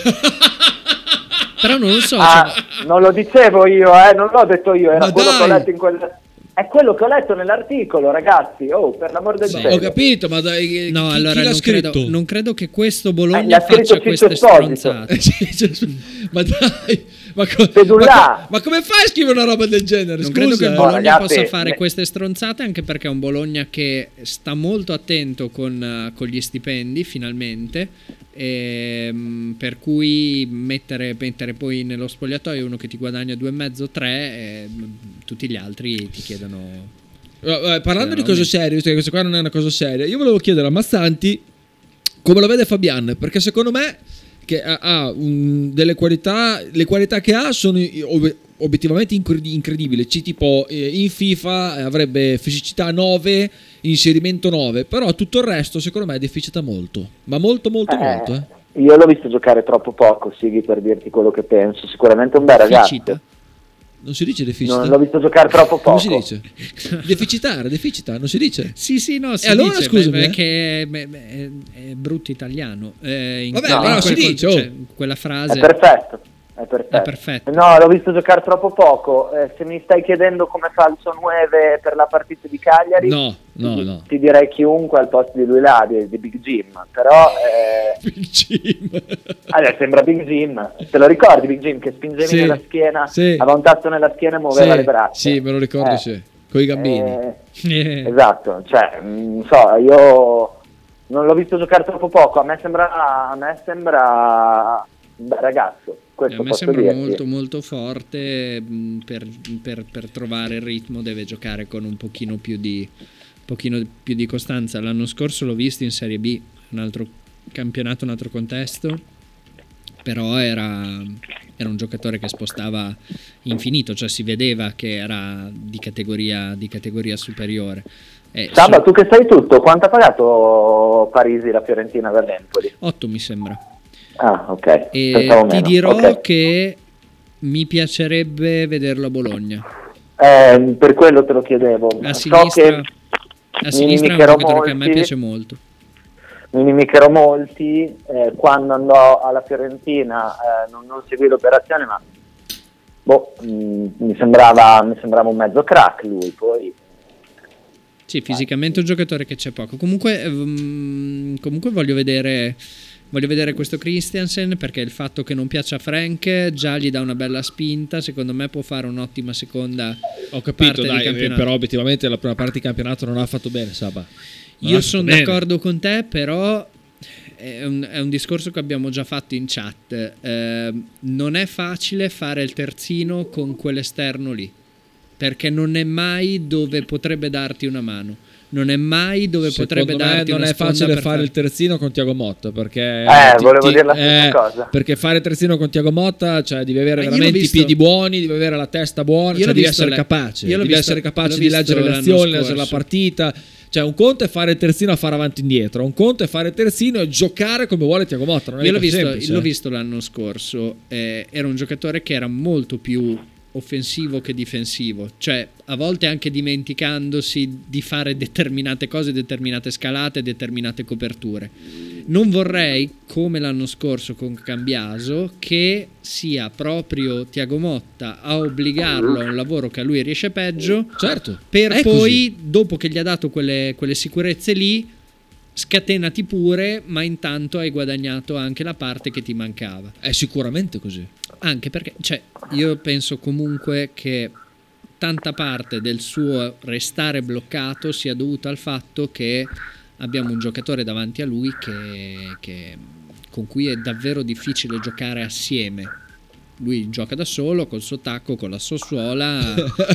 Però non lo so. Non lo dicevo io, non l'ho detto io, era quello che ho letto in quel... È quello che ho letto nell'articolo, ragazzi. Per l'amor del cielo. Ho capito, ma dai, no, chi allora l'ha scritto? Non credo che questo Bologna faccia queste stronzate. Ma dai, ma come fai a scrivere una roba del genere? Non credo che il Bologna possa fare queste stronzate, anche perché è un Bologna che sta molto attento con gli stipendi, finalmente. Per cui mettere poi nello spogliatoio uno che ti guadagna 2,5-3, tutti gli altri ti chiedono. Parlando di cose serie, visto che questa qua non è una cosa seria, io volevo chiedere a Mazzanti come lo vede Fabian, perché secondo me che ha delle qualità, le qualità che ha sono obiettivamente incredibili. Tipo in FIFA avrebbe fisicità 9, inserimento 9, però tutto il resto secondo me deficita molto, ma molto. Io l'ho visto giocare troppo poco, Sighi, per dirti quello che penso. Sicuramente un bel ragazzo. Non si dice deficita? Non l'ho visto giocare troppo poco. Come si dice? Deficita, non si dice? Sì, no, si allora, dice. Scusami, perché è brutto italiano. Vabbè, però si dice. Cioè, quella frase... È perfetto. È perfetto. È perfetto. No, l'ho visto giocare troppo poco. Se mi stai chiedendo come fa il suo 9 per la partita di Cagliari, No. ti direi chiunque al posto di lui là, di Big Jim. Però Big Jim. allora, sembra Big Jim. Te lo ricordi Big Jim che spingevi Sì, nella schiena, sì. aveva un tasto nella schiena e muoveva le braccia? Sì, me lo ricordo, sì. Con i gambini. Esatto, cioè, non so, io non l'ho visto giocare troppo poco, a me sembra un bel ragazzo, questo A me posso sembra dirti. molto molto forte, per trovare il ritmo deve giocare con un pochino più di costanza. L'anno scorso l'ho visto in Serie B, un altro campionato, un altro contesto, però era un giocatore che spostava infinito, cioè si vedeva che era di categoria superiore. Saba, tu che sai tutto, quanto ha pagato Parisi la Fiorentina dall'Empoli? 8 mi sembra. Ah, ok. E Pensavo ti meno. dirò Ok. che mi piacerebbe vederlo a Bologna. Per quello te lo chiedevo. A So sinistra, che a mi sinistra è un inimicherò giocatore che a me molti. piace molto. Mi inimicherò molti, quando andò alla Fiorentina non seguì l'operazione, ma mi sembrava un mezzo crack lui, poi Sì, fisicamente è un giocatore che c'è poco. Comunque voglio vedere questo Christiansen, perché il fatto che non piaccia a Frank già gli dà una bella spinta. Secondo me può fare un'ottima seconda Ho capito, parte di campionato. però obiettivamente la prima parte di campionato non ha fatto bene, Saba. Io sono d'accordo con te, però è un discorso che abbiamo già fatto in chat. Non è facile fare il terzino con quell'esterno lì, perché non è mai dove potrebbe darti una mano. Non è mai dove potrebbe darti non una è sponda facile per fare il terzino con Thiago Motta, perché volevo dire la stessa cosa. perché fare il terzino con Thiago Motta, cioè devi avere Ma io veramente l'ho i visto- piedi buoni, devi avere la testa buona, Io cioè l'ho devi visto essere le- capace, io l'ho devi visto- essere capace l'ho di leggere le visto azioni, l'anno leggere la scorso. partita. Cioè un conto è fare il terzino a fare avanti e indietro, un conto è fare il terzino e giocare come vuole Thiago Motta. Non è Io l'ho mica visto, semplice. l'ho visto l'anno scorso, era un giocatore che era molto più offensivo che difensivo, cioè a volte anche dimenticandosi di fare determinate cose, determinate scalate, determinate coperture. Non vorrei, come l'anno scorso con Cambiaso, che sia proprio Thiago Motta a obbligarlo a un lavoro che a lui riesce peggio, Certo, per è poi, così. dopo che gli ha dato quelle sicurezze lì, scatenati pure, ma intanto hai guadagnato anche la parte che ti mancava. È sicuramente così. Anche perché, cioè, io penso comunque che tanta parte del suo restare bloccato sia dovuta al fatto che abbiamo un giocatore davanti a lui con cui è davvero difficile giocare assieme. Lui gioca da solo, col suo tacco, con la sua suola,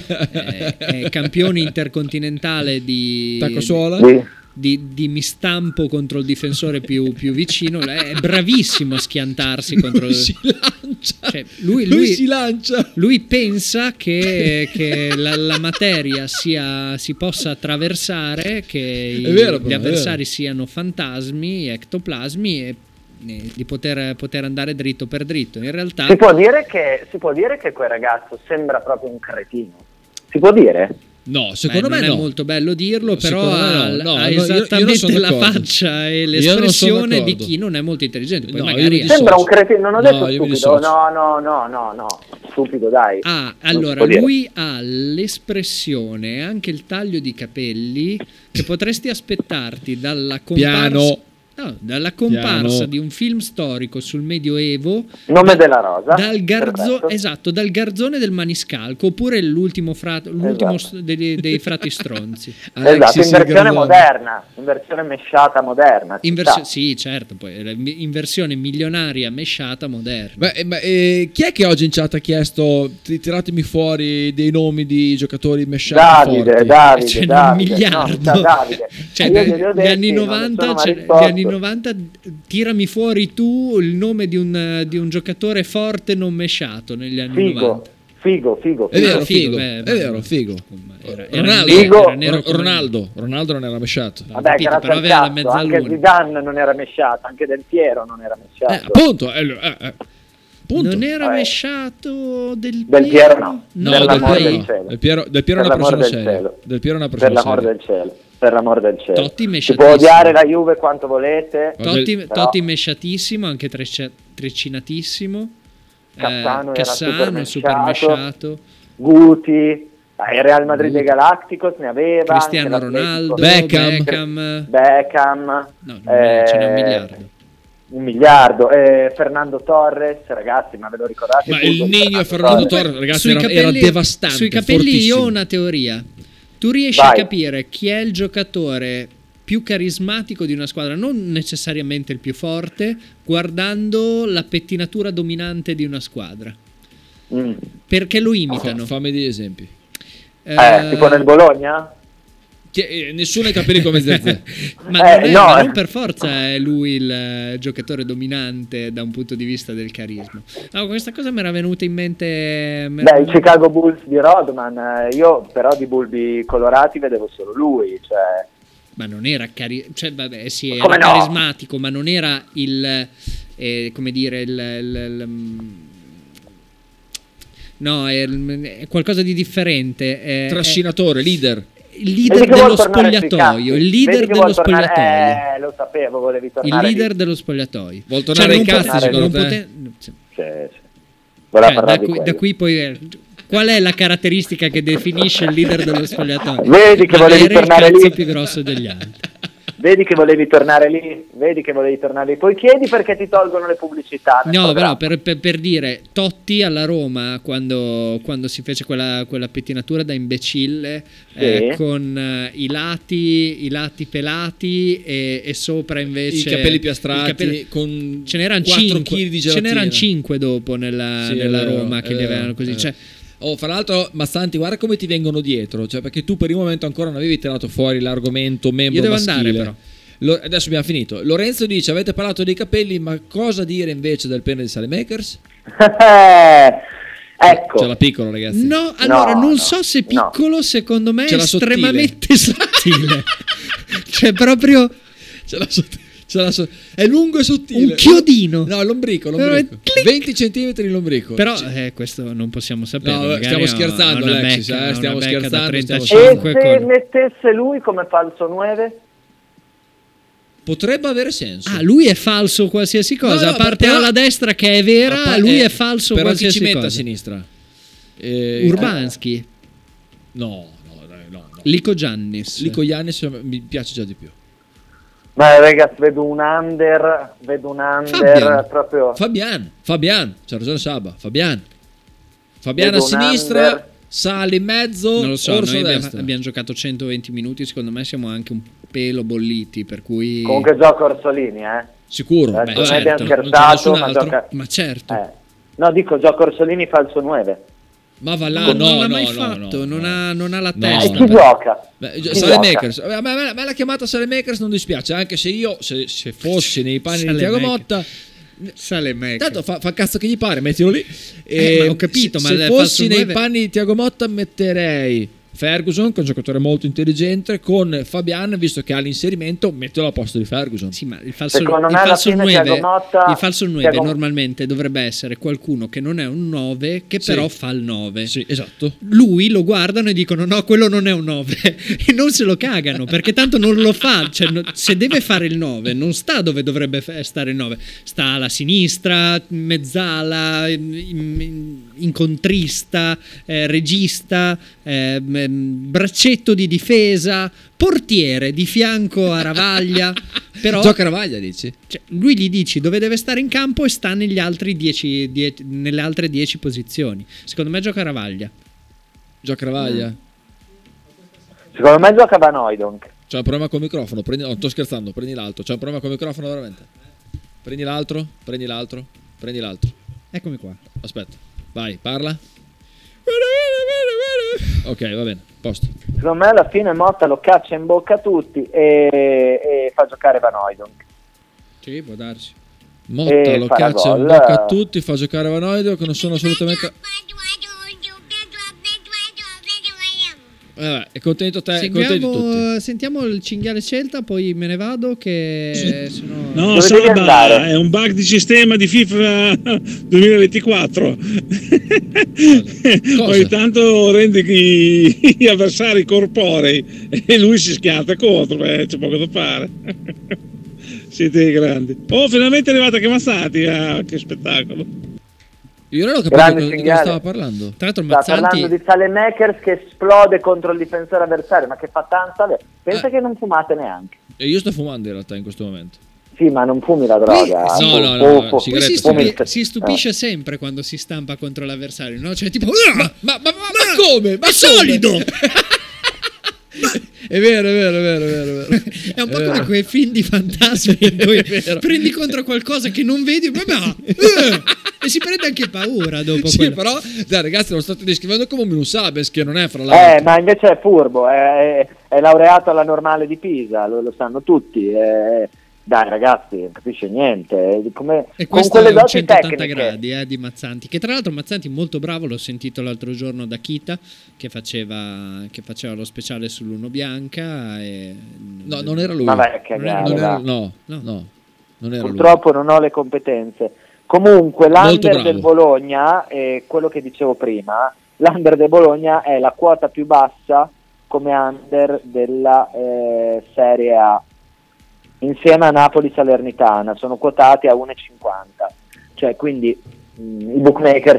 è campione intercontinentale di Tacco suola? di mi stampo contro il difensore più vicino. È bravissimo a schiantarsi contro Si lancia. Cioè, lui si lancia. lui pensa che la materia si possa attraversare, che È vero, gli però, è avversari vero. siano fantasmi, ectoplasmi, e di poter andare dritto per dritto. In realtà si può dire che quel ragazzo sembra proprio un cretino. Si può dire? No, secondo me non no. è molto bello dirlo, però Secondo me no. ha Io non esattamente sono la d'accordo. faccia e Io non l'espressione sono di d'accordo. chi non è molto intelligente. Poi No, magari io mi dissocio. Sembra un cretino, non ho detto No, io mi stupido. dissocio. No, stupido, dai. Ah, Non si allora può dire. lui ha l'espressione e anche il taglio di capelli che potresti aspettarti dalla comparsa, dalla comparsa Piano. di un film storico sul Medioevo, Nome della rosa. dal Perfetto. esatto, dal Garzone del Maniscalco, oppure l'ultimo Esatto. dei frati stronzi. Esatto, Alexis in versione Garzone. moderna, in versione mesciata moderna. ci sta. Sì, certo, poi in versione milionaria mesciata moderna. Chi è che oggi in chat ha chiesto tiratemi fuori dei nomi di giocatori mesciati forti? Davide, Ce n'è un Davide. miliardo. No, Davide. Cioè, Io glieli ho gli detti, anni non 90, nessuno mi ha gli risposto. anni 90, tirami fuori tu il nome di un giocatore forte non mesciato negli anni 90. Figo. È vero, Figo, figo. beh, è vero, figo. Era Ronaldo, nero, era nero come- Ronaldo non era mesciato. Vabbè, capito, grazie però al aveva la cazzo, anche mezzaluna. Zidane non era mesciato, anche Del Piero non era mesciato. Appunto. Punto. Non era Vabbè. mesciato Del Piero no. No, Per Del l'amor Piero del no. cielo. Del Piero è Per una l'amor persona del seria. cielo. Del Piero è una Per persona l'amor seria. del cielo. Per l'amor del cielo. Totti Si mesciatissimo. può odiare la Juve quanto volete. Totti però- Totti mesciatissimo, anche trecinatissimo. Cassano era Cassano, super mesciato. Guti, il Real Madrid dei Galacticos ne aveva, Cristiano anche Ronaldo, Beckham. No, ce n'è un miliardo. Un miliardo. Fernando Torres, ragazzi, ma ve lo ricordate? Ma il Nino Fernando Torres, ragazzi, era devastante. Sui capelli fortissimo. io ho una teoria. Tu riesci a capire chi è il giocatore più carismatico di una squadra, non necessariamente il più forte, guardando la pettinatura dominante di una squadra. Perché lo imitano. Fammi degli esempi. Tipo nel Bologna? Nessuno ha i capelli come Zezé. ma non per forza è lui il giocatore dominante da un punto di vista del carisma. Questa cosa mi era venuta in mente. Il Chicago Bulls di Rodman. Io però di bulbi colorati vedevo solo lui, cioè. Ma non era era carismatico, ma non era il come dire no, è qualcosa di differente. Trascinatore, leader. Il leader dello spogliatoio. Il leader dello spogliatoio. Lo sapevo, volevi tornare. Il leader dello spogliatoio. Vuol tornare ai cazzi, secondo te? Da qui poi. Qual è la caratteristica che definisce il leader dello spogliatoio? Vedi che volevi tornare lì. Il cazzo più grosso degli altri. Vedi che volevi tornare lì. Poi chiedi perché ti tolgono le pubblicità. No, però per dire, Totti alla Roma, quando si fece quella pettinatura da imbecille, con i lati pelati e sopra invece i capelli piastrati, con ce n'erano 4 kg di gelatina. Ce n'erano 5 dopo nella Roma che li avevano così. Cioè, fra l'altro, Massanti, guarda come ti vengono dietro, cioè, perché tu per il momento ancora non avevi tirato fuori l'argomento membro io devo maschile. andare però. Adesso abbiamo finito. Lorenzo dice: avete parlato dei capelli, ma cosa dire invece del pene di Salemakers? Ecco. Ce l'ha piccolo, ragazzi. No, allora non so se piccolo, secondo me è estremamente sottile. Cioè proprio è lungo e sottile. Un chiodino. No, l'ombrico. 20 centimetri l'ombrico. Però questo non possiamo sapere. No, stiamo scherzando, Alexis. Stiamo scherzando. 35 e se mettesse lui come falso 9? Potrebbe avere senso. Lui è falso qualsiasi cosa. A parte alla destra che è vera, lui è falso qualsiasi cosa. Però chi ci mette a sinistra? Urbanski. No. Lico Giannis. Lico Giannis mi piace già di più. Ma ragazzi, vedo un under proprio. Fabian, c'ha ragione Saba. Fabian a sinistra, Sale in mezzo. Non lo so, Orso noi destra. abbiamo giocato 120 minuti, secondo me siamo anche un pelo bolliti, per cui comunque gioca Orsolini, sicuro. Noi abbiamo scherzato, ma certo. No, dico gioca Orsolini falso 9. Ma va là, non l'ha mai fatto, non ha la testa. E chi gioca? Salemakers. A me la chiamata Salemakers non dispiace, anche se io se fossi nei panni di Thiago Motta, tanto fa cazzo che gli pare, mettilo lì. Ma ho capito, ma se fossi nei panni di Thiago Motta metterei Ferguson, che è un giocatore molto intelligente, con Fabian, visto che ha l'inserimento, mettilo al posto di Ferguson. Sì, ma il falso 9 normalmente dovrebbe essere qualcuno che non è un 9, che però fa il 9. Sì, esatto. Lui lo guardano e dicono no, quello non è un 9 e non se lo cagano, perché tanto non lo fa. Cioè, se deve fare il 9 non sta dove dovrebbe stare il 9, sta alla sinistra, mezzala, incontrista, regista, braccetto di difesa, portiere di fianco a Ravaglia. Però gioca Ravaglia, dici? Cioè, lui gli dici dove deve stare in campo e sta negli altri nelle altre 10 posizioni. Secondo me gioca Ravaglia. Secondo me gioca Van Hooijdonk. C'è un problema col microfono, sto scherzando, prendi l'altro. C'è un problema col microfono veramente. Prendi l'altro. Eccomi qua. Aspetta, vai, parla. Ok, va bene, posto. Secondo me alla fine Motta lo caccia in bocca a tutti e fa giocare Van Hooijdonk. Sì, può darsi. Motta lo caccia in bocca a tutti, fa giocare Van Hooijdonk, che non sono assolutamente... è contento te, contenti tutti. Sentiamo il cinghiale Celta, poi me ne vado che sennò... No, Saba, è un bug di sistema di FIFA 2024. Ogni tanto rende gli avversari corporei e lui si schianta contro, c'è poco da fare. Siete grandi. Oh, finalmente è arrivata che Massati, che spettacolo. Io non ho Grande capito di cosa cinghiale. stava parlando. Tra l'altro Sta Mazzanti parlando di Saelemaekers che esplode contro il difensore avversario, ma che fa tanta... Pensa che non fumate neanche. E io sto fumando in realtà in questo momento. Sì, ma non fumi la droga. No, poi sigaretta. si stupisce sempre quando si stampa contro l'avversario, no? Cioè tipo ma come? Ma solido! È vero, è vero, è vero, è vero, è vero. È un po' come quei film di fantasmi in cui prendi contro qualcosa che non vedi e si prende anche paura dopo Sì, quello. però dai, ragazzi, lo state descrivendo come un Minu Sabes, che non è fra l'altro. Ma invece è furbo, è laureato alla Normale di Pisa, lo sanno tutti. Dai ragazzi, non capisce niente. E Con questo quelle è un doti 180 tecniche. gradi di Mazzanti, che tra l'altro Mazzanti molto bravo, l'ho sentito l'altro giorno da Kita che faceva lo speciale sull'Uno Bianca e... No, non era lui. Vabbè, cagare, non era, va. no, non era Purtroppo non ho le competenze. Comunque Molto l'under bravo. del Bologna, quello che dicevo prima, l'under del Bologna è la quota più bassa come under della Serie A, insieme a Napoli Salernitana, sono quotati a 1,50, cioè quindi i bookmaker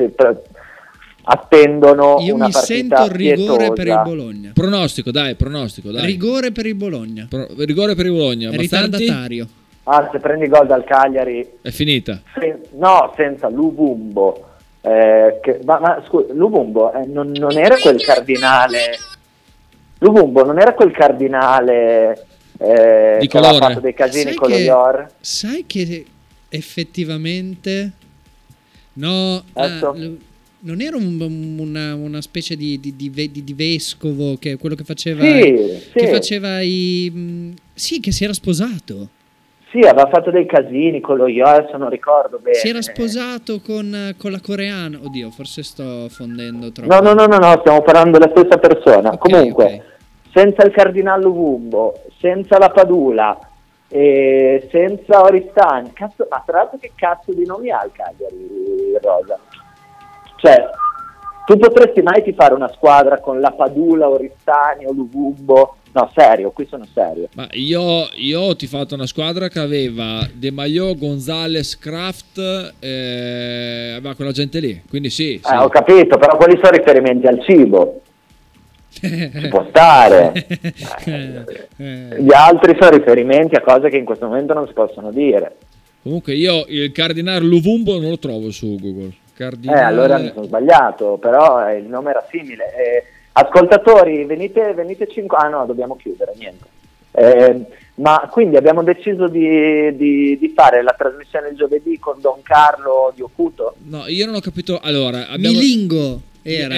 attendono Io una mi partita sento rigore pietosa. per il Bologna. Pronostico, dai. Rigore per il Bologna. Rigore per il Bologna. Mazzanti? Ritardatario. Se prendi gol dal Cagliari È finita. senza Luvumbo, ma scusa, Luvumbo non era quel cardinale. Luvumbo non era quel cardinale Di che aveva colore. fatto dei casini Sai con lo che- Ior. Sai che effettivamente no, Adesso? non era una specie di vescovo, che è quello che faceva Sì. sì, che si era sposato. Sì, aveva fatto dei casini con lo Ior, adesso non ricordo bene. Si era sposato con la coreana. Oddio, forse sto fondendo troppo. No, stiamo parlando della stessa persona. Ok, Comunque, ok. senza il cardinale Luvumbo, senza la Padula, senza Oristani, cazzo, ma tra l'altro che cazzo di nomi ha il Cagliari, Rosa? Cioè, tu potresti mai fare una squadra con la Padula, Oristani o Luvumbo? No, serio, qui sono serio. Ma io ho tifato una squadra che aveva De Maio, Gonzales, Kraft, aveva quella gente lì. Quindi sì. Ho capito, però quali sono riferimenti al cibo? Ci può stare. Gli altri sono riferimenti a cose che in questo momento non si possono dire. Comunque io il cardinale Luvumbo non lo trovo su Google. Cardinale... Allora mi sono sbagliato, però il nome era simile. Ascoltatori, venite 5... Ah no, dobbiamo chiudere, niente. Ma quindi abbiamo deciso di fare la trasmissione il giovedì con Don Carlo di Occuto? No, io non ho capito. Allora, Milingo era.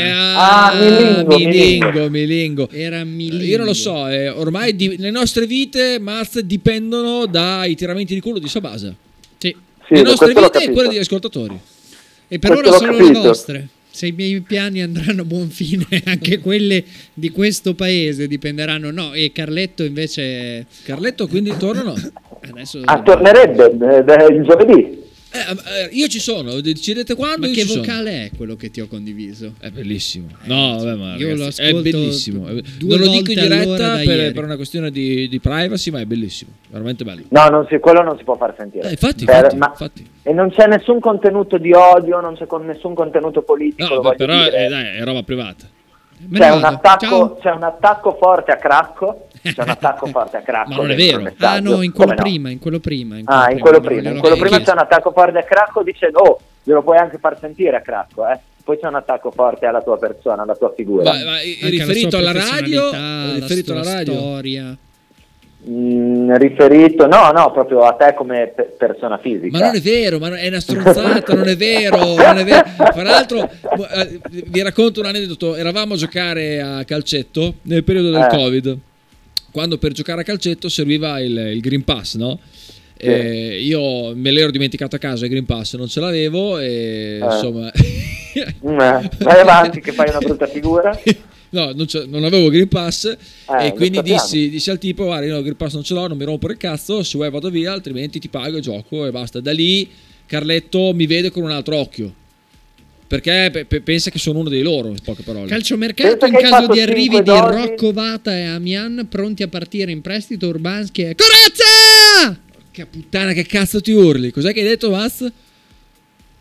Milingo. Era Milingo. Io non lo so, ormai le nostre vite, Maz, dipendono dai tiramenti di culo di Sabasa. Sì. Le nostre questo l'ho vite e capito. quelle degli ascoltatori. E per Questo ora l'ho sono capito. le vostre. Se i miei piani andranno a buon fine, anche quelle di questo paese dipenderanno. No, e Carletto invece. Carletto quindi torna o no? Adesso tornerebbe il giovedì. Io ci sono, decidete quando. Ma io che ci sono. vocale è quello che ti ho condiviso? È bellissimo. No, vabbè, ma io lo ragazzi, è ascolto bellissimo. due Non lo dico in volte all'ora diretta da per ieri. una questione di privacy, ma è bellissimo, veramente bello. No, quello non si può far sentire. Infatti. E non c'è nessun contenuto di odio, non c'è nessun contenuto politico. No, lo beh, voglio però dire. dai, è roba privata. C'è un attacco forte a Cracco. C'è un attacco forte a Cracco. Ma non è dentro il vero. messaggio. No, in quello Come no? prima, in quello prima. In quello prima c'è un attacco forte a Cracco dicendo glielo puoi anche far sentire a Cracco, Poi c'è un attacco forte alla tua persona, alla tua figura. Ma riferito alla radio? Riferito alla radio? Storia. Riferito no, proprio a te come persona fisica. Ma non è vero, ma è una stronzata, non è vero, non è vero. Tra l'altro, vi racconto un aneddoto. Eravamo a giocare a calcetto nel periodo del Covid, quando per giocare a calcetto serviva il Green Pass, no? Io me l'ero dimenticato a casa il Green Pass, non ce l'avevo e insomma vai avanti che fai una brutta figura. No, non avevo Green Pass e quindi lo sappiamo. dissi al tipo guarda, io il Green Pass non ce l'ho, non mi rompo il cazzo, se vuoi vado via, altrimenti ti pago e gioco e basta. Da lì Carletto mi vede con un altro occhio perché pensa che sono uno dei loro, in poche parole. Calciomercato Pensa in che hai caso fatto di arrivi 5 di dosi. Rocco Vata e Amian pronti a partire in prestito. Urbanski e Corazza! Che puttana, che cazzo ti urli? Cos'è che hai detto, Vaz?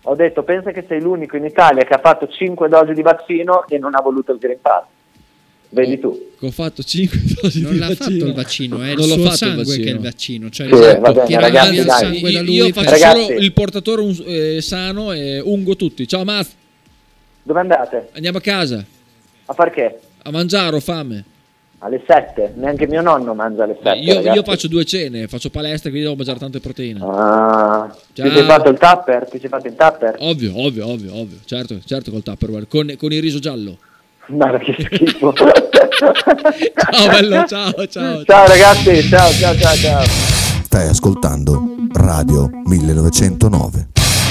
Ho detto, pensa che sei l'unico in Italia che ha fatto 5 dosi di vaccino e non ha voluto il Green Pass. Vedi tu. Ho fatto 5 dosi Non di l'ha vaccino. fatto il vaccino, è Non il l'ho suo fatto il sangue vaccino. che è il vaccino. Cioè Sì, va bene, tirare ragazzi, via il dai. sangue da lui. Io faccio Ragazzi. solo il portatore sano e ungo tutti. Ciao Maz, Dove andate? andiamo a casa. A far che? A mangiare, ho fame. Alle 7? Neanche mio nonno mangia alle 7. Io ragazzi. faccio 2 cene, faccio palestra, quindi devo mangiare tante proteine. Ah, Ciao. ti sei fatto il tupper? Ti sei fatto il tupper? Ovvio. Certo col Tupperware, con il riso giallo. Ma che schifo. Ciao bello, ciao. Ciao ragazzi, ciao. Stai ascoltando Radio 1909.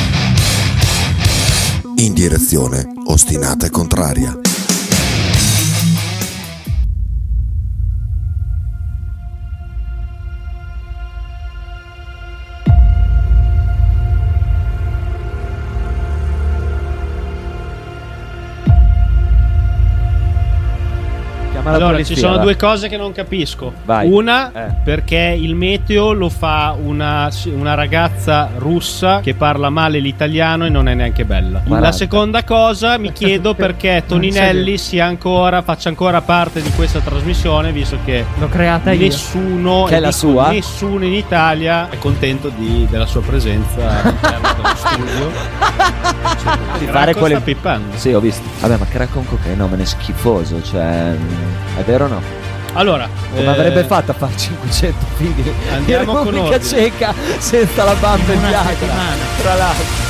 In direzione ostinata e contraria. Allora, ci sono due cose che non capisco. Vai. Una, perché il meteo lo fa una ragazza russa che parla male l'italiano e non è neanche bella. La seconda cosa, mi chiedo perché Toninelli faccia ancora parte di questa trasmissione, visto che L'ho creata io. nessuno, Che è la sua? nessuno in Italia è contento della sua presenza all'interno dello studio. Di Cracco fare quelle sta pippando. Sì, ho visto. Vabbè, ma Cracco è un cocainone schifoso, cioè è vero o no? Allora, come avrebbe fatto a fare 500 figli andiamo in con Repubblica ordine. Ceca senza la bamba in Viagra, tra l'altro.